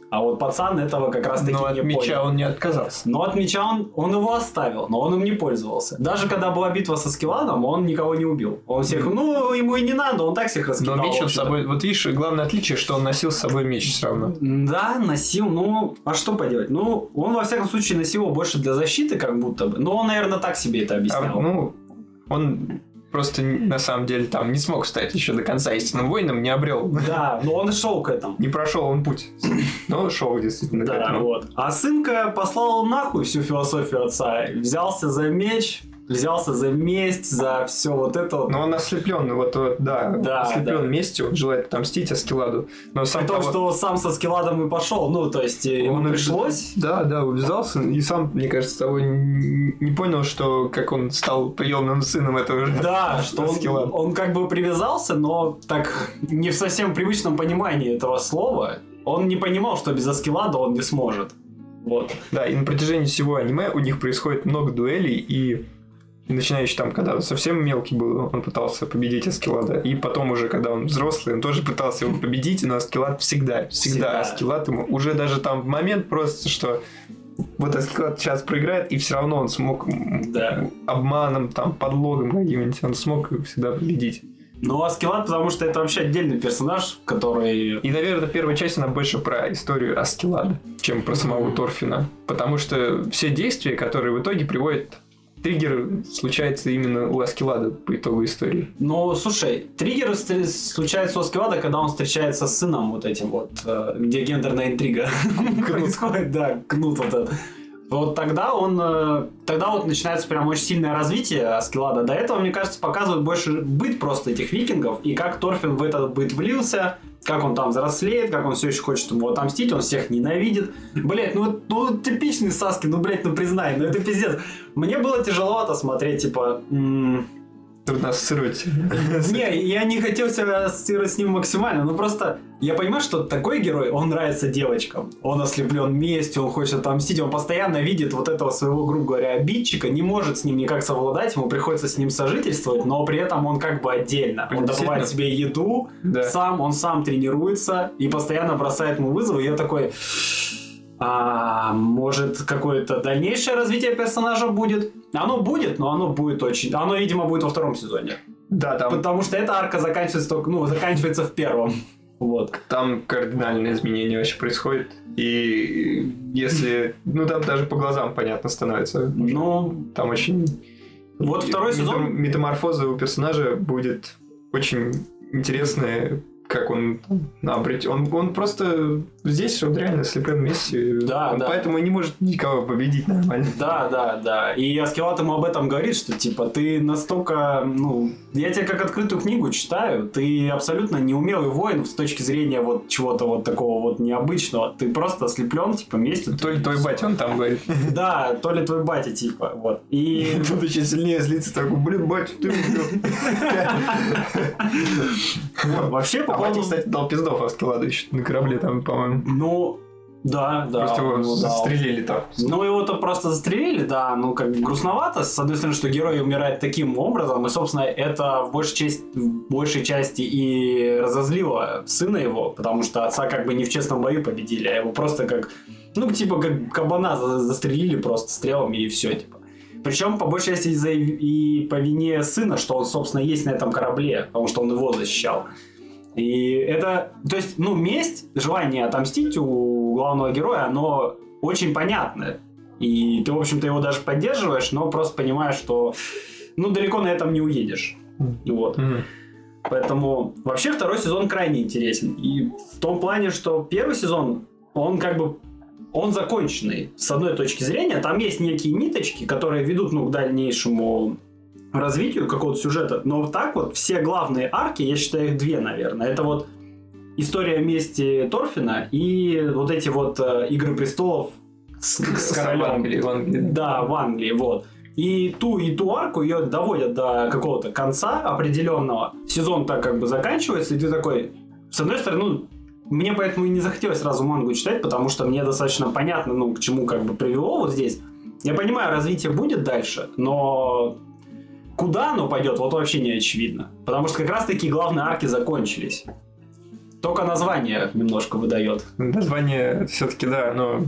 А вот пацан этого как раз таки Но не от меча понял. он не отказался. Но от меча он его оставил, но он им не пользовался. Даже когда была битва со Скилладом, он никого не убил. Он всех, ему и не надо, он так всех раскидал. Но меч он с вообще-то. собой... Вот видишь, главное отличие, что он носил с собой меч все равно. Да, носил, а что поделать? Он во всяком случае носил его больше для защиты, как будто бы. Но он, наверное, так себе это объяснял. Он просто на самом деле там не смог стать еще до конца истинным воином, не обрел. Да, но он шел к этому. Не прошел он путь. Но шел действительно к Да, этому. вот. А сынка послал нахуй всю философию отца. Взялся за меч, взялся за месть, за все вот это вот. Но он ослеплен, ослеплен местью, он желает отомстить Аскеладу. Но сам При том, что сам со Скилладом и пошел, то есть ему пришлось. Да, увязался, и сам, мне кажется, того не понял, что как он стал приемным сыном этого же. Да, что он как бы привязался, но так не в совсем привычном понимании этого слова. Он не понимал, что без Аскелада он не сможет. Вот. Да, и на протяжении всего аниме у них происходит много дуэлей, и начиная еще там, когда он совсем мелкий был, он пытался победить Аскелада. И потом уже, когда он взрослый, он тоже пытался его победить, но Аскелад всегда Аскелад ему. Уже даже там момент просто, что вот Аскелад сейчас проиграет, и все равно он смог обманом, там, подлогом каким-нибудь, он смог всегда победить. Ну, Аскелад, потому что это вообще отдельный персонаж, который... И, наверное, первая часть, она больше про историю Аскелада, чем про самого Торфина. Потому что все действия, которые в итоге приводят... Триггер случается именно у Аскелада по итогу истории. Ну, слушай, триггер случается у Аскелада, когда он встречается с сыном вот этим вот, где гендерная интрига происходит, да, кнут вот этот. Вот тогда вот начинается прям очень сильное развитие Аскелада. До этого, мне кажется, показывают больше быт просто этих викингов, и как Торфин в этот быт влился, как он там взрослеет, как он все еще хочет ему отомстить, он всех ненавидит. Блять, ну типичный Саски, признай, это пиздец. Мне было тяжеловато смотреть, типа... Трудно ассоциировать. Не, я не хотел себя ассоциировать с ним максимально, просто я понимаю, что такой герой, он нравится девочкам. Он ослеплен местью, он хочет отомстить, он постоянно видит вот этого своего, грубо говоря, обидчика, не может с ним никак совладать, ему приходится с ним сожительствовать, но при этом он как бы отдельно. Он добывает себе еду, он сам тренируется и постоянно бросает ему вызовы, и я такой... может, какое-то дальнейшее развитие персонажа будет? Оно будет, но оно будет очень... Оно, видимо, будет во втором сезоне. Да, там... Потому что эта арка заканчивается в первом. Вот. Там кардинальные изменения вообще происходят. И если... там даже по глазам понятно становится. Там очень... Вот второй сезон... Метаморфоза у персонажа будет очень интересная. Как он обретет. Он просто здесь он реально слеплен местью. Да. Поэтому не может никого победить нормально. Да. И Аскелад ему об этом говорит, что типа ты настолько, я тебя как открытую книгу читаю, ты абсолютно неумелый воин с точки зрения вот чего-то вот такого вот необычного. Ты просто ослеплен, типа, местью. То ли твой батя, он там говорит. Да, то ли твой батя, типа, вот. И... Тут еще сильнее злится, такой, батя, ты вообще, по поводу... кстати, дал пиздов Аскеладу еще на корабле там, по-моему. Да. Просто его застрелили там. Его-то просто застрелили, да, как бы грустновато. С одной стороны, что герой умирает таким образом, и, собственно, это в большей части и разозлило сына его, потому что отца как бы не в честном бою победили, а его просто как кабана застрелили просто стрелами, и все, типа. Причем, по большей части, и по вине сына, что он, собственно, есть на этом корабле, потому что он его защищал. И это, то есть, месть, желание отомстить у главного героя, оно очень понятное. И ты, в общем-то, его даже поддерживаешь, но просто понимаешь, что, далеко на этом не уедешь. Вот. Поэтому, вообще, второй сезон крайне интересен. И в том плане, что первый сезон, он законченный. С одной точки зрения, там есть некие ниточки, которые ведут, к дальнейшему развитию какого-то сюжета. Но вот так вот все главные арки, я считаю, их две, наверное. Это вот история мести Торфина и вот эти вот Игры престолов с королем. В Англии. Да, в Англии, вот. И ту арку ее доводят до какого-то конца определенного. Сезон так как бы заканчивается, и ты такой... С одной стороны, мне поэтому и не захотелось сразу мангу читать, потому что мне достаточно понятно, к чему как бы привело вот здесь. Я понимаю, развитие будет дальше, но... Куда оно пойдет, вот вообще не очевидно. Потому что как раз таки главные арки закончились. Только название немножко выдает. Название все-таки, да, оно,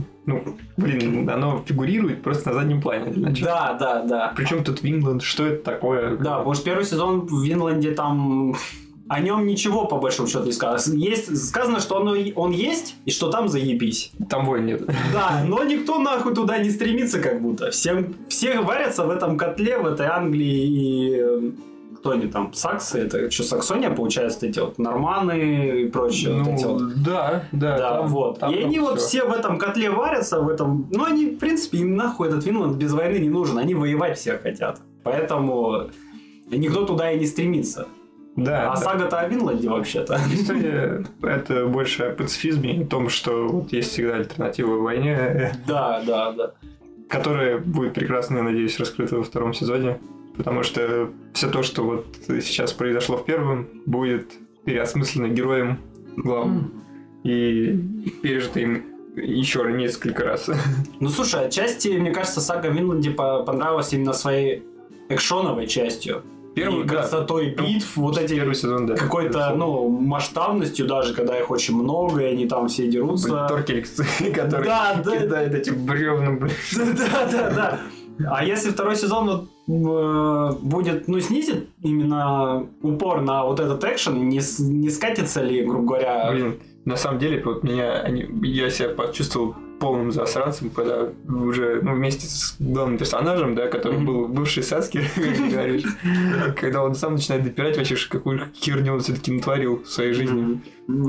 оно фигурирует просто на заднем плане. Да. Причем тут Винланд, что это такое? Да, потому что первый сезон в Винланде там... О нем ничего, по большому счету, не сказано. Сказано, что он есть, и что там заебись. Там войн нет. Да, но никто нахуй туда не стремится, как будто. Все варятся в этом котле, в этой Англии и... Кто они там? Саксы? Это что, Саксония, получается, эти вот норманы и прочее? Вот эти вот. Да. Да, вот. Там, и они вот все в этом котле варятся, в этом... Ну, они, в принципе, им нахуй этот Винланд без войны не нужен. Они воевать все хотят. Поэтому никто туда и не стремится. Да. Сага-то о Винланде вообще-то. История это больше о пацифизме, о том, что вот есть всегда альтернатива войне. Да. Которая будет прекрасно, я надеюсь, раскрыта во втором сезоне. Потому что все то, что вот сейчас произошло в первом, будет переосмыслено героем главным. И пережито им еще несколько раз. Ну, слушай, отчасти, мне кажется, сага о Винланде понравилась именно своей экшоновой частью. Первый, и красотой битв, вот эти первый сезон, да. Какой-то, масштабностью даже, когда их очень много, и они там все дерутся. Торкеликс, который кидает эти бревна, блин. Да. А если второй сезон будет, снизит именно упор на вот этот экшен, не скатится ли, грубо говоря... Блин, на самом деле, вот я себя почувствовал полным засранцем, когда уже вместе с главным персонажем, да, который был бывший Саски, как ты говоришь, когда он сам начинает допирать вообще, какую херню он все-таки натворил в своей жизни.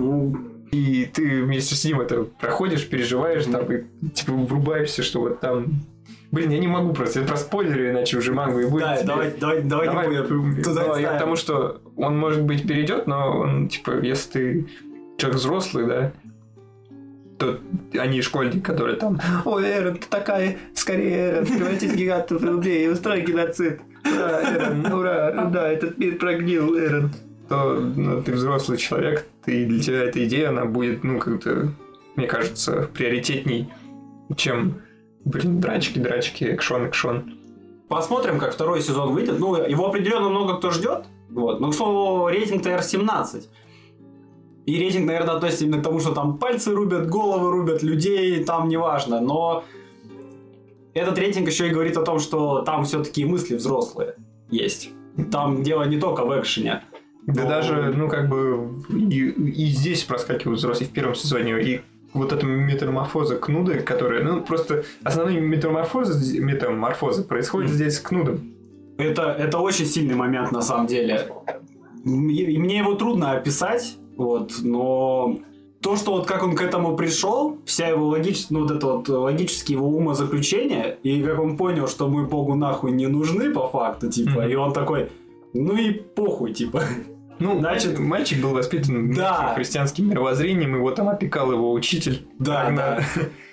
И ты вместе с ним это проходишь, переживаешь, там, и типа врубаешься, что вот там... Блин, я не могу просто, я проспойлерю, иначе уже мангу и будет. Да, давай не будем туда ставить. Потому что он, может быть, перейдет, но он, типа, если ты человек взрослый, да, то они школьники, которые там: ой, Эрен, ты такая, скорее, Эрен, превратись в гигантов рублей и устрой геноцид. Ура, Эрен, ура, да, этот мир прогнил, Эрен. То ты взрослый человек, и для тебя эта идея, она будет, как-то, мне кажется, приоритетней, чем... драчки, экшон. Посмотрим, как второй сезон выйдет. Его определенно много кто ждет. Вот. Но, к слову, рейтинг-то R17. И рейтинг, наверное, относится именно к тому, что там пальцы рубят, головы рубят, людей, там неважно. Но этот рейтинг еще и говорит о том, что там все-таки мысли взрослые есть. Там дело не только в экшене. Да даже, и здесь проскакивают взрослые в первом сезоне, и вот эта метаморфоза Кнуда, которая, просто основные метаморфозы происходят здесь с Кнудом. Это очень сильный момент, на самом деле. И мне его трудно описать, но то, что вот как он к этому пришел, вся его логические его умозаключения, и как он понял, что мы Богу нахуй не нужны по факту, и он такой, и похуй, Значит, мальчик был воспитан христианским мировоззрением, его там опекал его учитель. Да.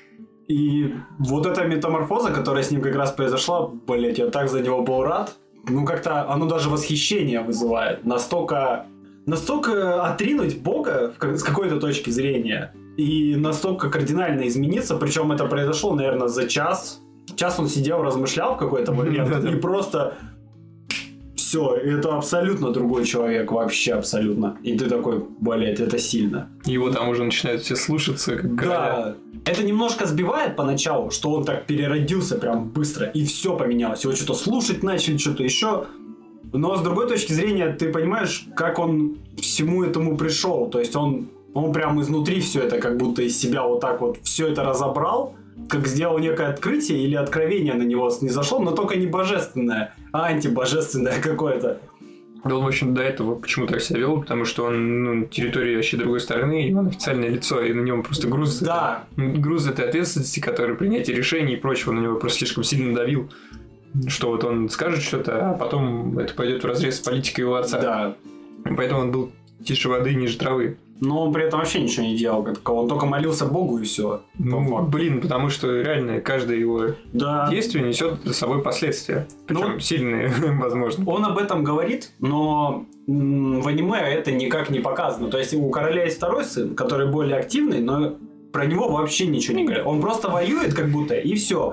И вот эта метаморфоза, которая с ним как раз произошла, блять, я так за него был рад. Как-то оно даже восхищение вызывает. Настолько отринуть Бога с какой-то точки зрения и настолько кардинально измениться. Причем это произошло, наверное, за час. Час он сидел, размышлял в какой-то момент и просто... Все, это абсолютно другой человек, вообще абсолютно. И ты такой, блять, это сильно. Его там уже начинают все слушаться, как да. Это немножко сбивает поначалу, что он так переродился прям быстро, и все поменялось. Его что-то слушать начали, что-то еще. Но с другой точки зрения, ты понимаешь, как он всему этому пришел. То есть он прям изнутри все это, как будто из себя вот так вот все это разобрал, как сделал некое открытие или откровение на него снизошло, но только не божественное, а антибожественное какое-то. Да он, в общем, до этого почему так себя вел, потому что он территории вообще другой стороны, и он официальное лицо, и на нем просто груз этой ответственности, который принятие решений и прочего на него просто слишком сильно давил, что вот он скажет что-то, а потом это пойдет вразрез с политикой его отца. Да. Поэтому он был тише воды, ниже травы. Но он при этом вообще ничего не делал. Он только молился Богу и все. Потому что реально каждое его действие несет за собой последствия. Причем сильные, возможно. Он об этом говорит, но в аниме это никак не показано. То есть у короля есть второй сын, который более активный, но про него вообще ничего не говорят. Он просто воюет как будто, и все.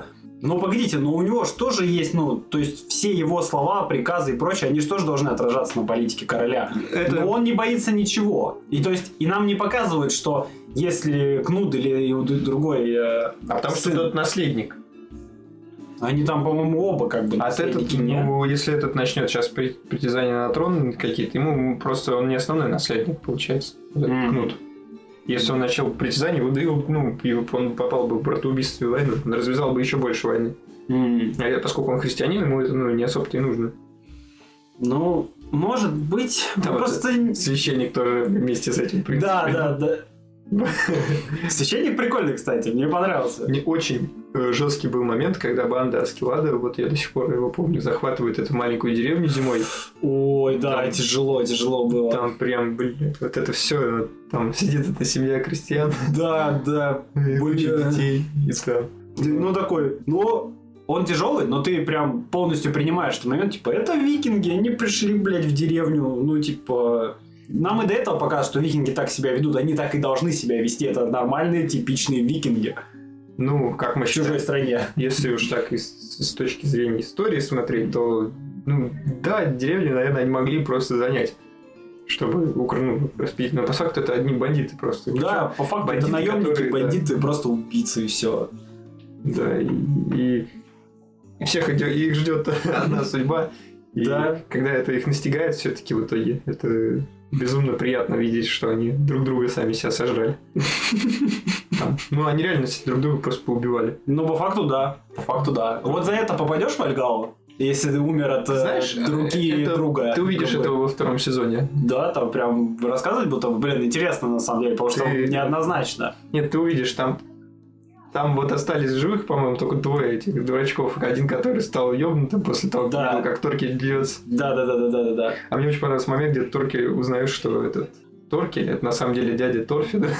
Ну, погодите, но у него же тоже есть, ну, то есть все его слова, приказы и прочее, они же тоже должны отражаться на политике короля. Но он не боится ничего. И то есть, и нам не показывают, что если Кнут или другой потому что тот наследник. Они там, по-моему, оба как бы наследники. Ну, если этот начнет сейчас притязания на трон какие-то, ему просто он не основной наследник, получается. Кнут. Если он начал притязание, он попал бы в братоубийство и войну, он развязал бы еще больше войны. А поскольку он христианин, ему это не особо-то и нужно. Ну, может быть, там просто... Священник тоже вместе с этим принципом. Да. Священник прикольный, кстати, мне понравился. Мне очень жесткий был момент, когда банда Аскелада, вот я до сих пор его помню, захватывает эту маленькую деревню зимой. Ой, да, там, тяжело было. Там прям, блин, вот это все, там сидит эта семья крестьян. Да. Куча детей. И там. Ну, такой, он тяжелый, но ты прям полностью принимаешь этот момент, типа, это викинги, они пришли, блядь, в деревню, ну, типа... Нам и до этого показывают, что викинги так себя ведут, они так и должны себя вести, это нормальные, типичные викинги. Ну, как мы в чужой стране. Если уж так с точки зрения истории смотреть, то, да, деревню, наверное, они могли просто занять, чтобы распить. Но по факту это одни бандиты просто. Да, по факту бандиты, это наемники, бандиты, просто убийцы и все. Да, и всех их ждет одна судьба. И да. Когда это их настигает, все-таки в итоге это безумно приятно видеть, что они друг друга сами себя сожрали. Ну, они реально друг друга просто поубивали. Ну, по факту, да. Вот за это попадешь в Вальгаллу? Если ты умер от руки друга. Ты увидишь этого во втором сезоне. Да, там прям рассказывать будто, интересно на самом деле, потому что неоднозначно. Нет, ты увидишь, там вот остались живых, по-моему, только двое этих дурачков. Один, который стал ёбнутым после того, как Торкель бьется. Да. А мне очень понравился момент, где Торкель узнает, что этот Торкель, это на самом деле дядя Торфи, да?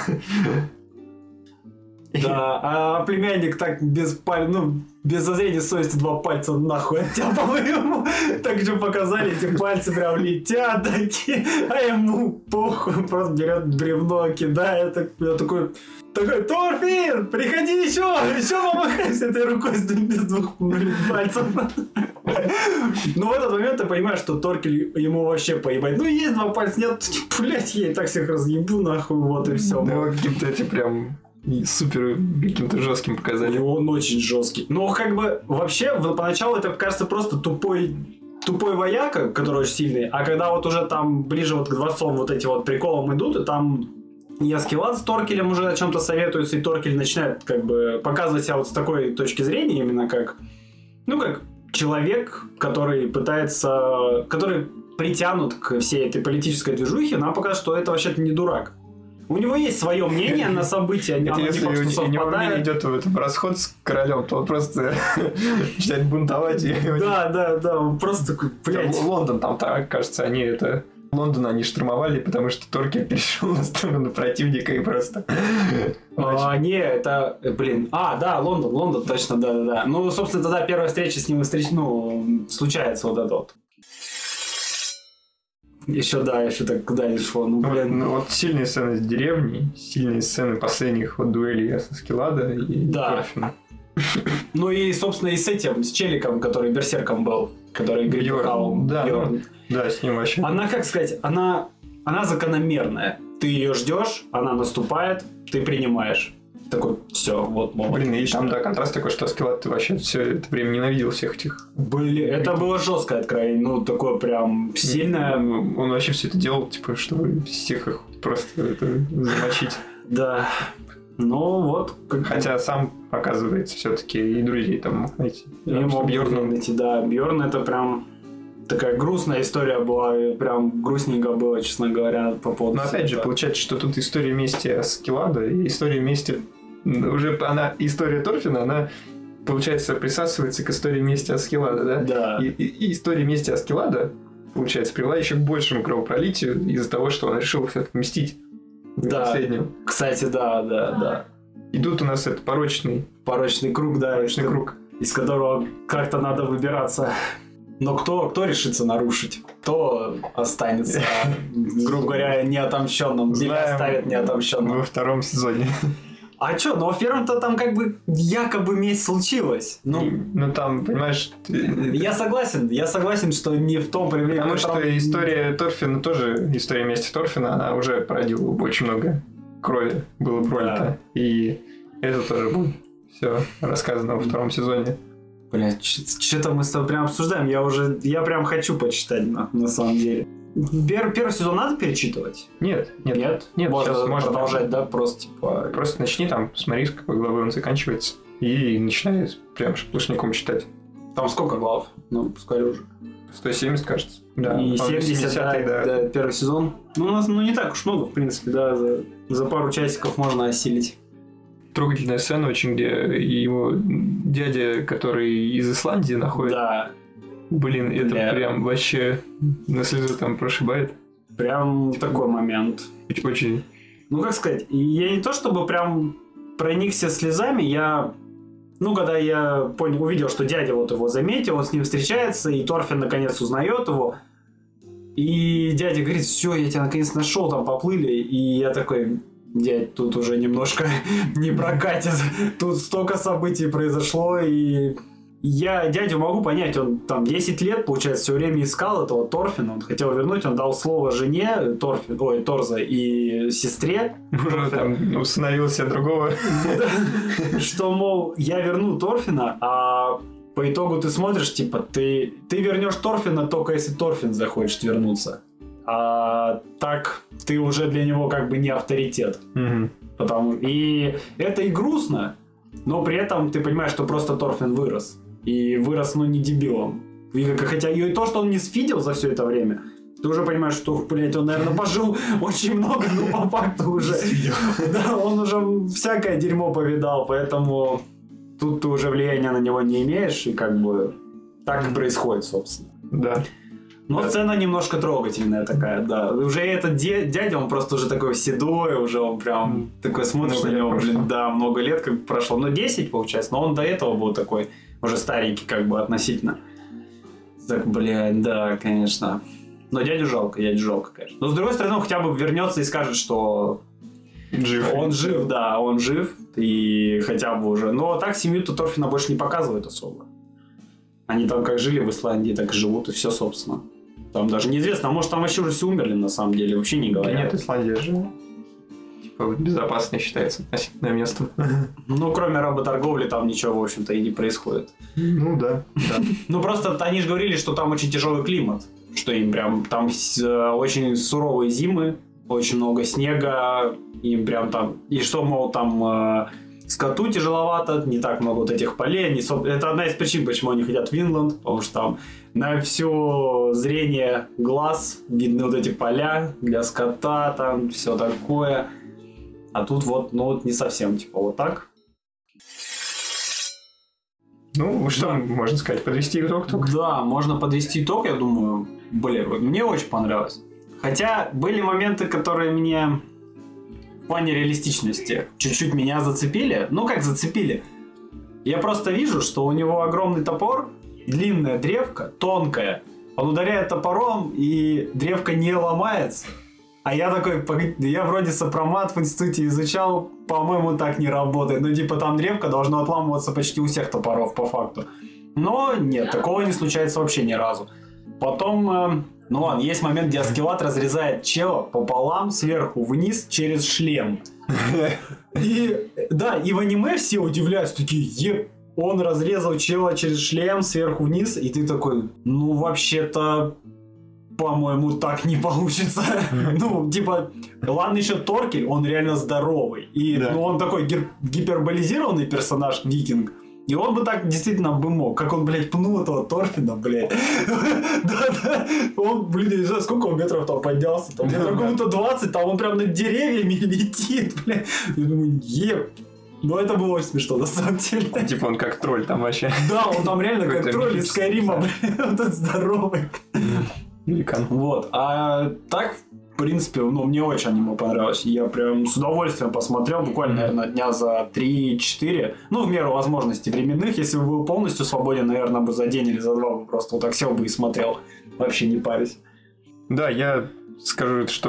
Да, а племянник так без зазрения совести 2 пальца нахуй оттяпал ему. Так же показали, эти пальцы прям летят такие, а ему похуй, просто берет бревно, кидает. Я такой, Торфин, приходи еще помахай с этой рукой без 2 пальцев. Ну, в этот момент ты понимаешь, что Торкель ему вообще поебать. Ну, есть 2 пальца, нет, блять, я и так всех разъебу, нахуй, вот и все. Ну, каким-то эти прям... супер каким-то жестким показали. Он очень жесткий. Но как бы вообще поначалу это кажется просто тупой вояка, который очень сильный, а когда вот уже там ближе вот к дворцам вот эти вот приколам идут, и там и Аскелад с Торкелем уже о чем-то советуются, и Торкель начинает как бы показывать себя вот с такой точки зрения, именно как человек, который притянут к всей этой политической движухе, нам показывает, что это вообще-то не дурак. У него есть свое мнение на события, оно не факт, что совпадает. У него мнение идет в расход с королем, то он просто начинает бунтовать. Да, он просто такой, блядь. Лондон там, так, кажется, Лондон они штурмовали, потому что Торкель перешел на сторону противника и просто... Не, это, да, Лондон, точно, да. Ну, собственно, тогда первая встреча с ним случается вот это вот. Еще так куда не шло. Вот сильные сцены с деревней, сильные сцены последних вот дуэлей с Аскелада и Торфина. Ну и, собственно, и с челиком, который берсерком был, который Бьорн. Да, с ним вообще. Она, как сказать, она закономерная. Ты ее ждешь, она наступает, ты принимаешь. Такой, все, вот, мол. И там, да, контраст такой, что Аскелад ты вообще все это время ненавидел всех этих. Это было жесткое откровение, такое прям сильное. Он вообще все это делал, типа, чтобы всех их просто замочить. Да. Ну, вот. Хотя сам, оказывается, все-таки и друзей там мог найти. Бьорн найти, да. Бьорн это прям... Такая грустная история была, прям грустненько было, честно говоря, по поводу... Но опять же, получается, что тут история мести Аскелада и история мести... История Торфина, она, получается, присасывается к истории мести Аскелада, да? Да. И история мести Аскелада, получается, привела еще к большему кровопролитию из-за того, что он решил все-таки мстить. Да. Последнему. Кстати, да. И тут у нас это порочный круг, да. Порочный круг, из которого как-то надо выбираться. Но кто решится нарушить? Кто останется, грубо говоря, неотомщенным? Или оставит неотомщенным? Во втором сезоне. А чё, ну в первом-то там как бы якобы месть случилась. Ну, там, понимаешь... я согласен, что не в том примере, Потому что история Торфина тоже, история мести Торфина, она уже породила очень много крови, было пролито. Да. И это тоже будет все рассказано во втором сезоне. Блядь, что-то мы с тобой прям обсуждаем. Я прям хочу почитать, на самом деле. Первый сезон надо перечитывать? Нет. Можно продолжать, да? Просто начни там, смотри, с какой главы он заканчивается. И начинай прям сплошняком читать. Там сколько глав? Ну, пускай уже. 170, кажется. Да. И 70, да, первый сезон. Ну, у нас не так уж много, в принципе, да. За пару часиков можно осилить. Трогательная сцена очень, где его дядя, который из Исландии находится. Да. Блин, это прям вообще на слезу там прошибает. Прям такой момент. Очень. Ну, как сказать, я не то чтобы прям проникся слезами, когда я увидел, что дядя вот его заметил, он с ним встречается, и Торфин наконец узнает его. И дядя говорит: все, я тебя наконец нашел, там поплыли. И я такой: дядь, тут уже немножко не прокатит. Тут столько событий произошло, и я дядю могу понять, он там 10 лет, получается, все время искал этого Торфина, он хотел вернуть, он дал слово жене Торза и сестре. Уже там установил себе другого. Что, мол, я верну Торфина, а по итогу ты смотришь, типа, ты вернешь Торфина только если Торфин захочет вернуться. А так ты уже для него как бы не авторитет. И это и грустно, но при этом ты понимаешь, что просто Торфин вырос. И вырос, не дебилом. Хотя и то, что он не сфидел за все это время, ты уже понимаешь, что, блядь, он, наверное, пожил очень много, но по факту уже... Да, он уже всякое дерьмо повидал, поэтому тут ты уже влияния на него не имеешь, и как бы так и происходит, собственно. Да. Но сцена немножко трогательная такая, да. Уже этот дядя, он просто уже такой седой, уже он прям такой смотришь на него, блин, да, много лет как бы прошло. 10, получается, но он до этого был такой уже старенький, как бы, относительно. Так, блядь, да, конечно. Но дядю жалко, конечно. Но с другой стороны, он хотя бы вернется и скажет, что он жив, да, он жив, и хотя бы уже. Но так семью-то Торфина больше не показывают особо. Они там как жили в Исландии, так и живут, и все, собственно. Там даже неизвестно, а может там вообще уже все умерли, на самом деле, вообще не говорят. Нет, Исландия же безопасно считается относительное место. Ну, кроме работорговли, там ничего, в общем-то, и не происходит. Ну, да. Ну, просто они же говорили, что там очень тяжелый климат, что им прям там очень суровые зимы, очень много снега, им прям там... И что, мол, там скоту тяжеловато, не так много вот этих полей. Это одна из причин, почему они хотят в Винланд, потому что там на все зрение глаз видны вот эти поля для скота, там все такое. А тут вот, не совсем, типа, вот так. Ну, что можно сказать? Подвести итог только? Да, можно подвести итог, я думаю. Блин, мне очень понравилось. Хотя были моменты, которые мне в плане реалистичности чуть-чуть меня зацепили. Ну, как зацепили? Я просто вижу, что у него огромный топор, длинная древка, тонкая. Он ударяет топором, и древка не ломается. А я такой, я вроде сопромат в институте изучал, по-моему, так не работает. Ну, типа, там древко должно отламываться почти у всех топоров, по факту. Но нет, такого не случается вообще ни разу. Потом, есть момент, где Аскелат разрезает чела пополам, сверху вниз, через шлем. И в аниме все удивляются, такие, он разрезал чела через шлем, сверху вниз, и ты такой, вообще-то... По-моему, так не получится. Ладно, еще Торкель, он реально здоровый. И он такой гиперболизированный персонаж, викинг. И он бы так действительно бы мог. Как он, блядь, пнул этого Торфина, блядь. Да. Он, блин, не знаю, сколько он метров там поднялся. Там метров кому-то 20, там он прям над деревьями летит, блядь. Я думаю, Но это было очень смешно, на самом деле. Типа он как тролль там вообще. Да, он там реально как тролль из Скайрима, блядь. Он тут здоровый. Великан. Вот. А так, в принципе, мне очень аниме понравилось. Я прям с удовольствием посмотрел, буквально, наверное, дня за 3-4. В меру возможностей временных. Если бы был полностью свободен, наверное, бы за день или за два бы просто вот так сел бы и смотрел. Вообще не парюсь. Да, я скажу, что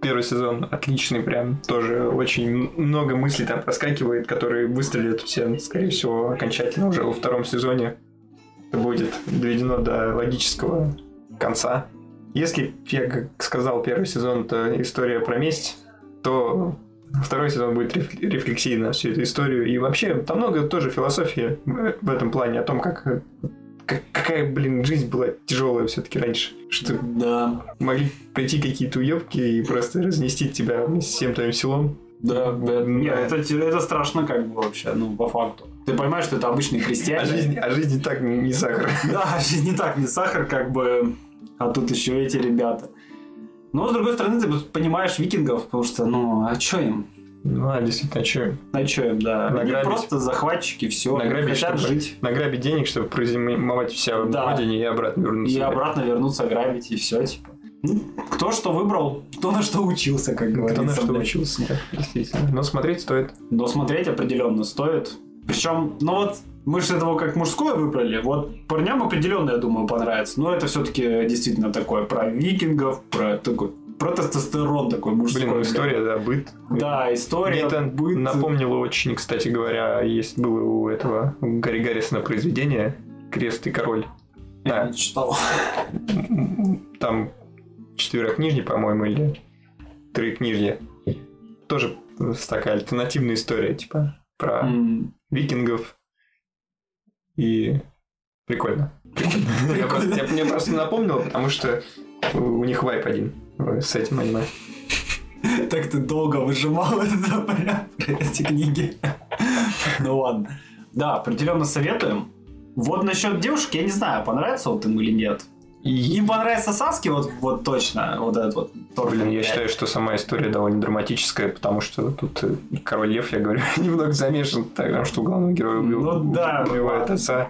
первый сезон отличный прям. Тоже очень много мыслей там проскакивает, которые выстрелят все, скорее всего, окончательно уже во втором сезоне. Это будет доведено до логического конца. Если, я как сказал, первый сезон — это история про месть, то второй сезон будет рефлексией на всю эту историю. И вообще, там много тоже философии в этом плане, о том, какая, жизнь была тяжелая все-таки раньше. Что могли прийти какие-то уебки и просто разнести тебя вместе с всем твоим селом. Да. Нет, это страшно как бы вообще, по факту. Ты понимаешь, что это обычные крестьяне. А жизнь и так не сахар. Да, жизнь не так не сахар, как бы. А тут еще эти ребята. Но, с другой стороны, ты понимаешь викингов, потому что, а чё им? Действительно, а чё им? А чё им, да. Они просто захватчики, все. Хотят жить. Награбить денег, чтобы прозимовать себя на родине и обратно вернуться. И обратно вернуться, грабить, и все, типа. Кто что выбрал, кто на что учился, как говорится. Кто на что учился, да, действительно. Но смотреть стоит. Но смотреть определенно стоит. Причем, мы же этого как мужское выбрали. Вот парням определенно, я думаю, понравится. Но это все-таки действительно такое про викингов, про тестостерон такой мужской. История, да, быт. Да, история, мне это быт. Напомнило очень, кстати говоря, было у этого Гарри Гаррисона произведение «Крест и король». Я не читал. Там 4-книжье, по-моему, или 3-книжье. Тоже такая альтернативная история, типа, про викингов. И прикольно. Мне просто напомнило, потому что у них вайп один с этим аниме. Так ты долго выжимал эти книги. Ну ладно. Да, определенно советуем. Вот насчет девушек, я не знаю, понравится им или нет. Им понравится Саски, вот точно, вот этот вот. Я считаю, что сама история довольно драматическая, потому что тут король Лев, я говорю, немного замешан, потому что главного героя убивает отца.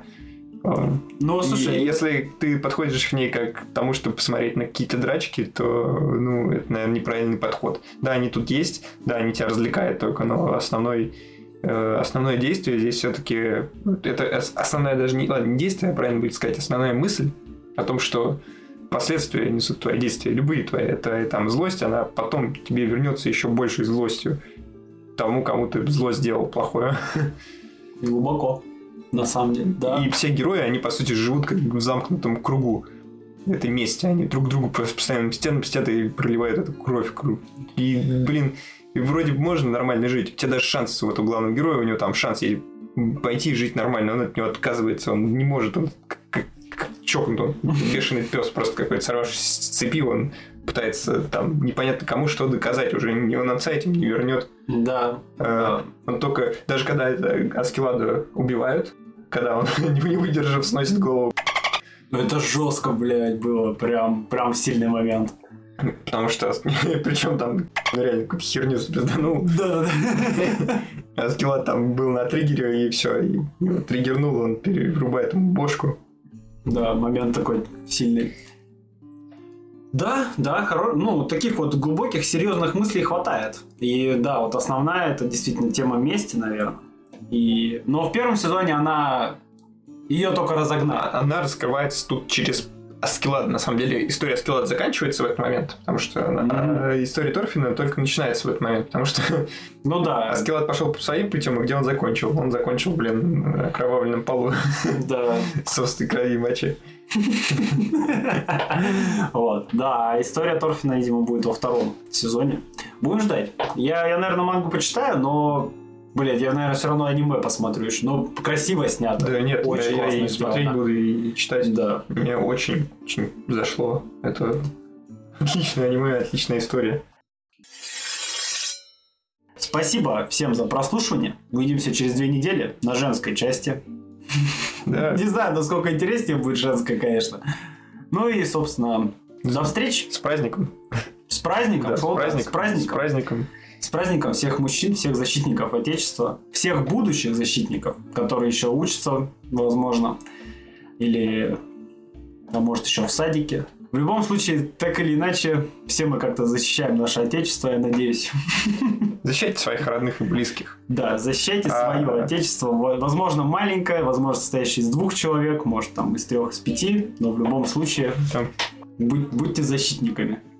Слушай, если ты подходишь к ней как к тому, чтобы посмотреть на какие-то драчки, то, это, наверное, неправильный подход. Да, они тут есть, да, они тебя развлекают только, но основное действие здесь все-таки... Это основное даже не действие, а правильно будет сказать, основная мысль о том, что последствия несут твои действия, любые твои. Это там злость, она потом тебе вернется еще большей злостью тому, кому ты зло сделал плохое. Глубоко. На самом деле, да. И все герои, они, по сути, живут как в замкнутом кругу этой мести. Они друг другу просто постоянно мстят и проливают эту кровь. И, и вроде бы можно нормально жить. У тебя даже шанс у этого главного героя, у него там шанс есть пойти и жить нормально. Он от него отказывается, он не может, он как чокнут, он бешеный пес просто какой-то, сорвавшись с цепи, он пытается там непонятно кому что доказать, уже ни он отца этим не вернет. Да. Он только, даже когда Аскеладу убивают, когда он, не выдержав, сносит голову. Это жестко, блядь, было. Прям сильный момент. Потому что, причем там реально какую-то херню спизданул. Да. Аскелад там был на триггере, и все. И его триггернул, он перерубает ему бошку. Да, момент такой сильный. Да, таких вот глубоких, серьезных мыслей хватает. И да, вот основная это действительно тема мести, наверное. Но в первом сезоне ее только разогнали. Она раскрывается тут через Аскелада. На самом деле история Аскелада заканчивается в этот момент, потому что история Торфина только начинается в этот момент, потому что Аскелад пошел по своим путем, и где он закончил? Он закончил, на окровавленном полу. Да. Собственной крови и мочи. Вот, да, история Торфина, видимо, будет во втором сезоне. Будем ждать. Я, наверное, мангу почитаю, но, блядь, я, наверное, все равно аниме посмотрю еще. Ну, красиво снято. Да нет, очень я и смотреть буду, и читать. Да. Мне очень зашло. Это отличное аниме, отличная история. Спасибо всем за прослушивание. Увидимся через 2 недели на женской части. Да. Не знаю, насколько интереснее будет женская, конечно. Ну и, собственно, до встречи. С праздником. С праздником. Да, с праздником. С праздником всех мужчин, всех защитников Отечества, всех будущих защитников, которые еще учатся, возможно, или, может, еще в садике. В любом случае, так или иначе, все мы как-то защищаем наше Отечество, я надеюсь. Защищайте своих родных и близких. Да, защищайте свое Отечество. Возможно, маленькое, возможно, состоящее из 2 человек, может, там, из 3, из 5, но в любом случае, будьте защитниками.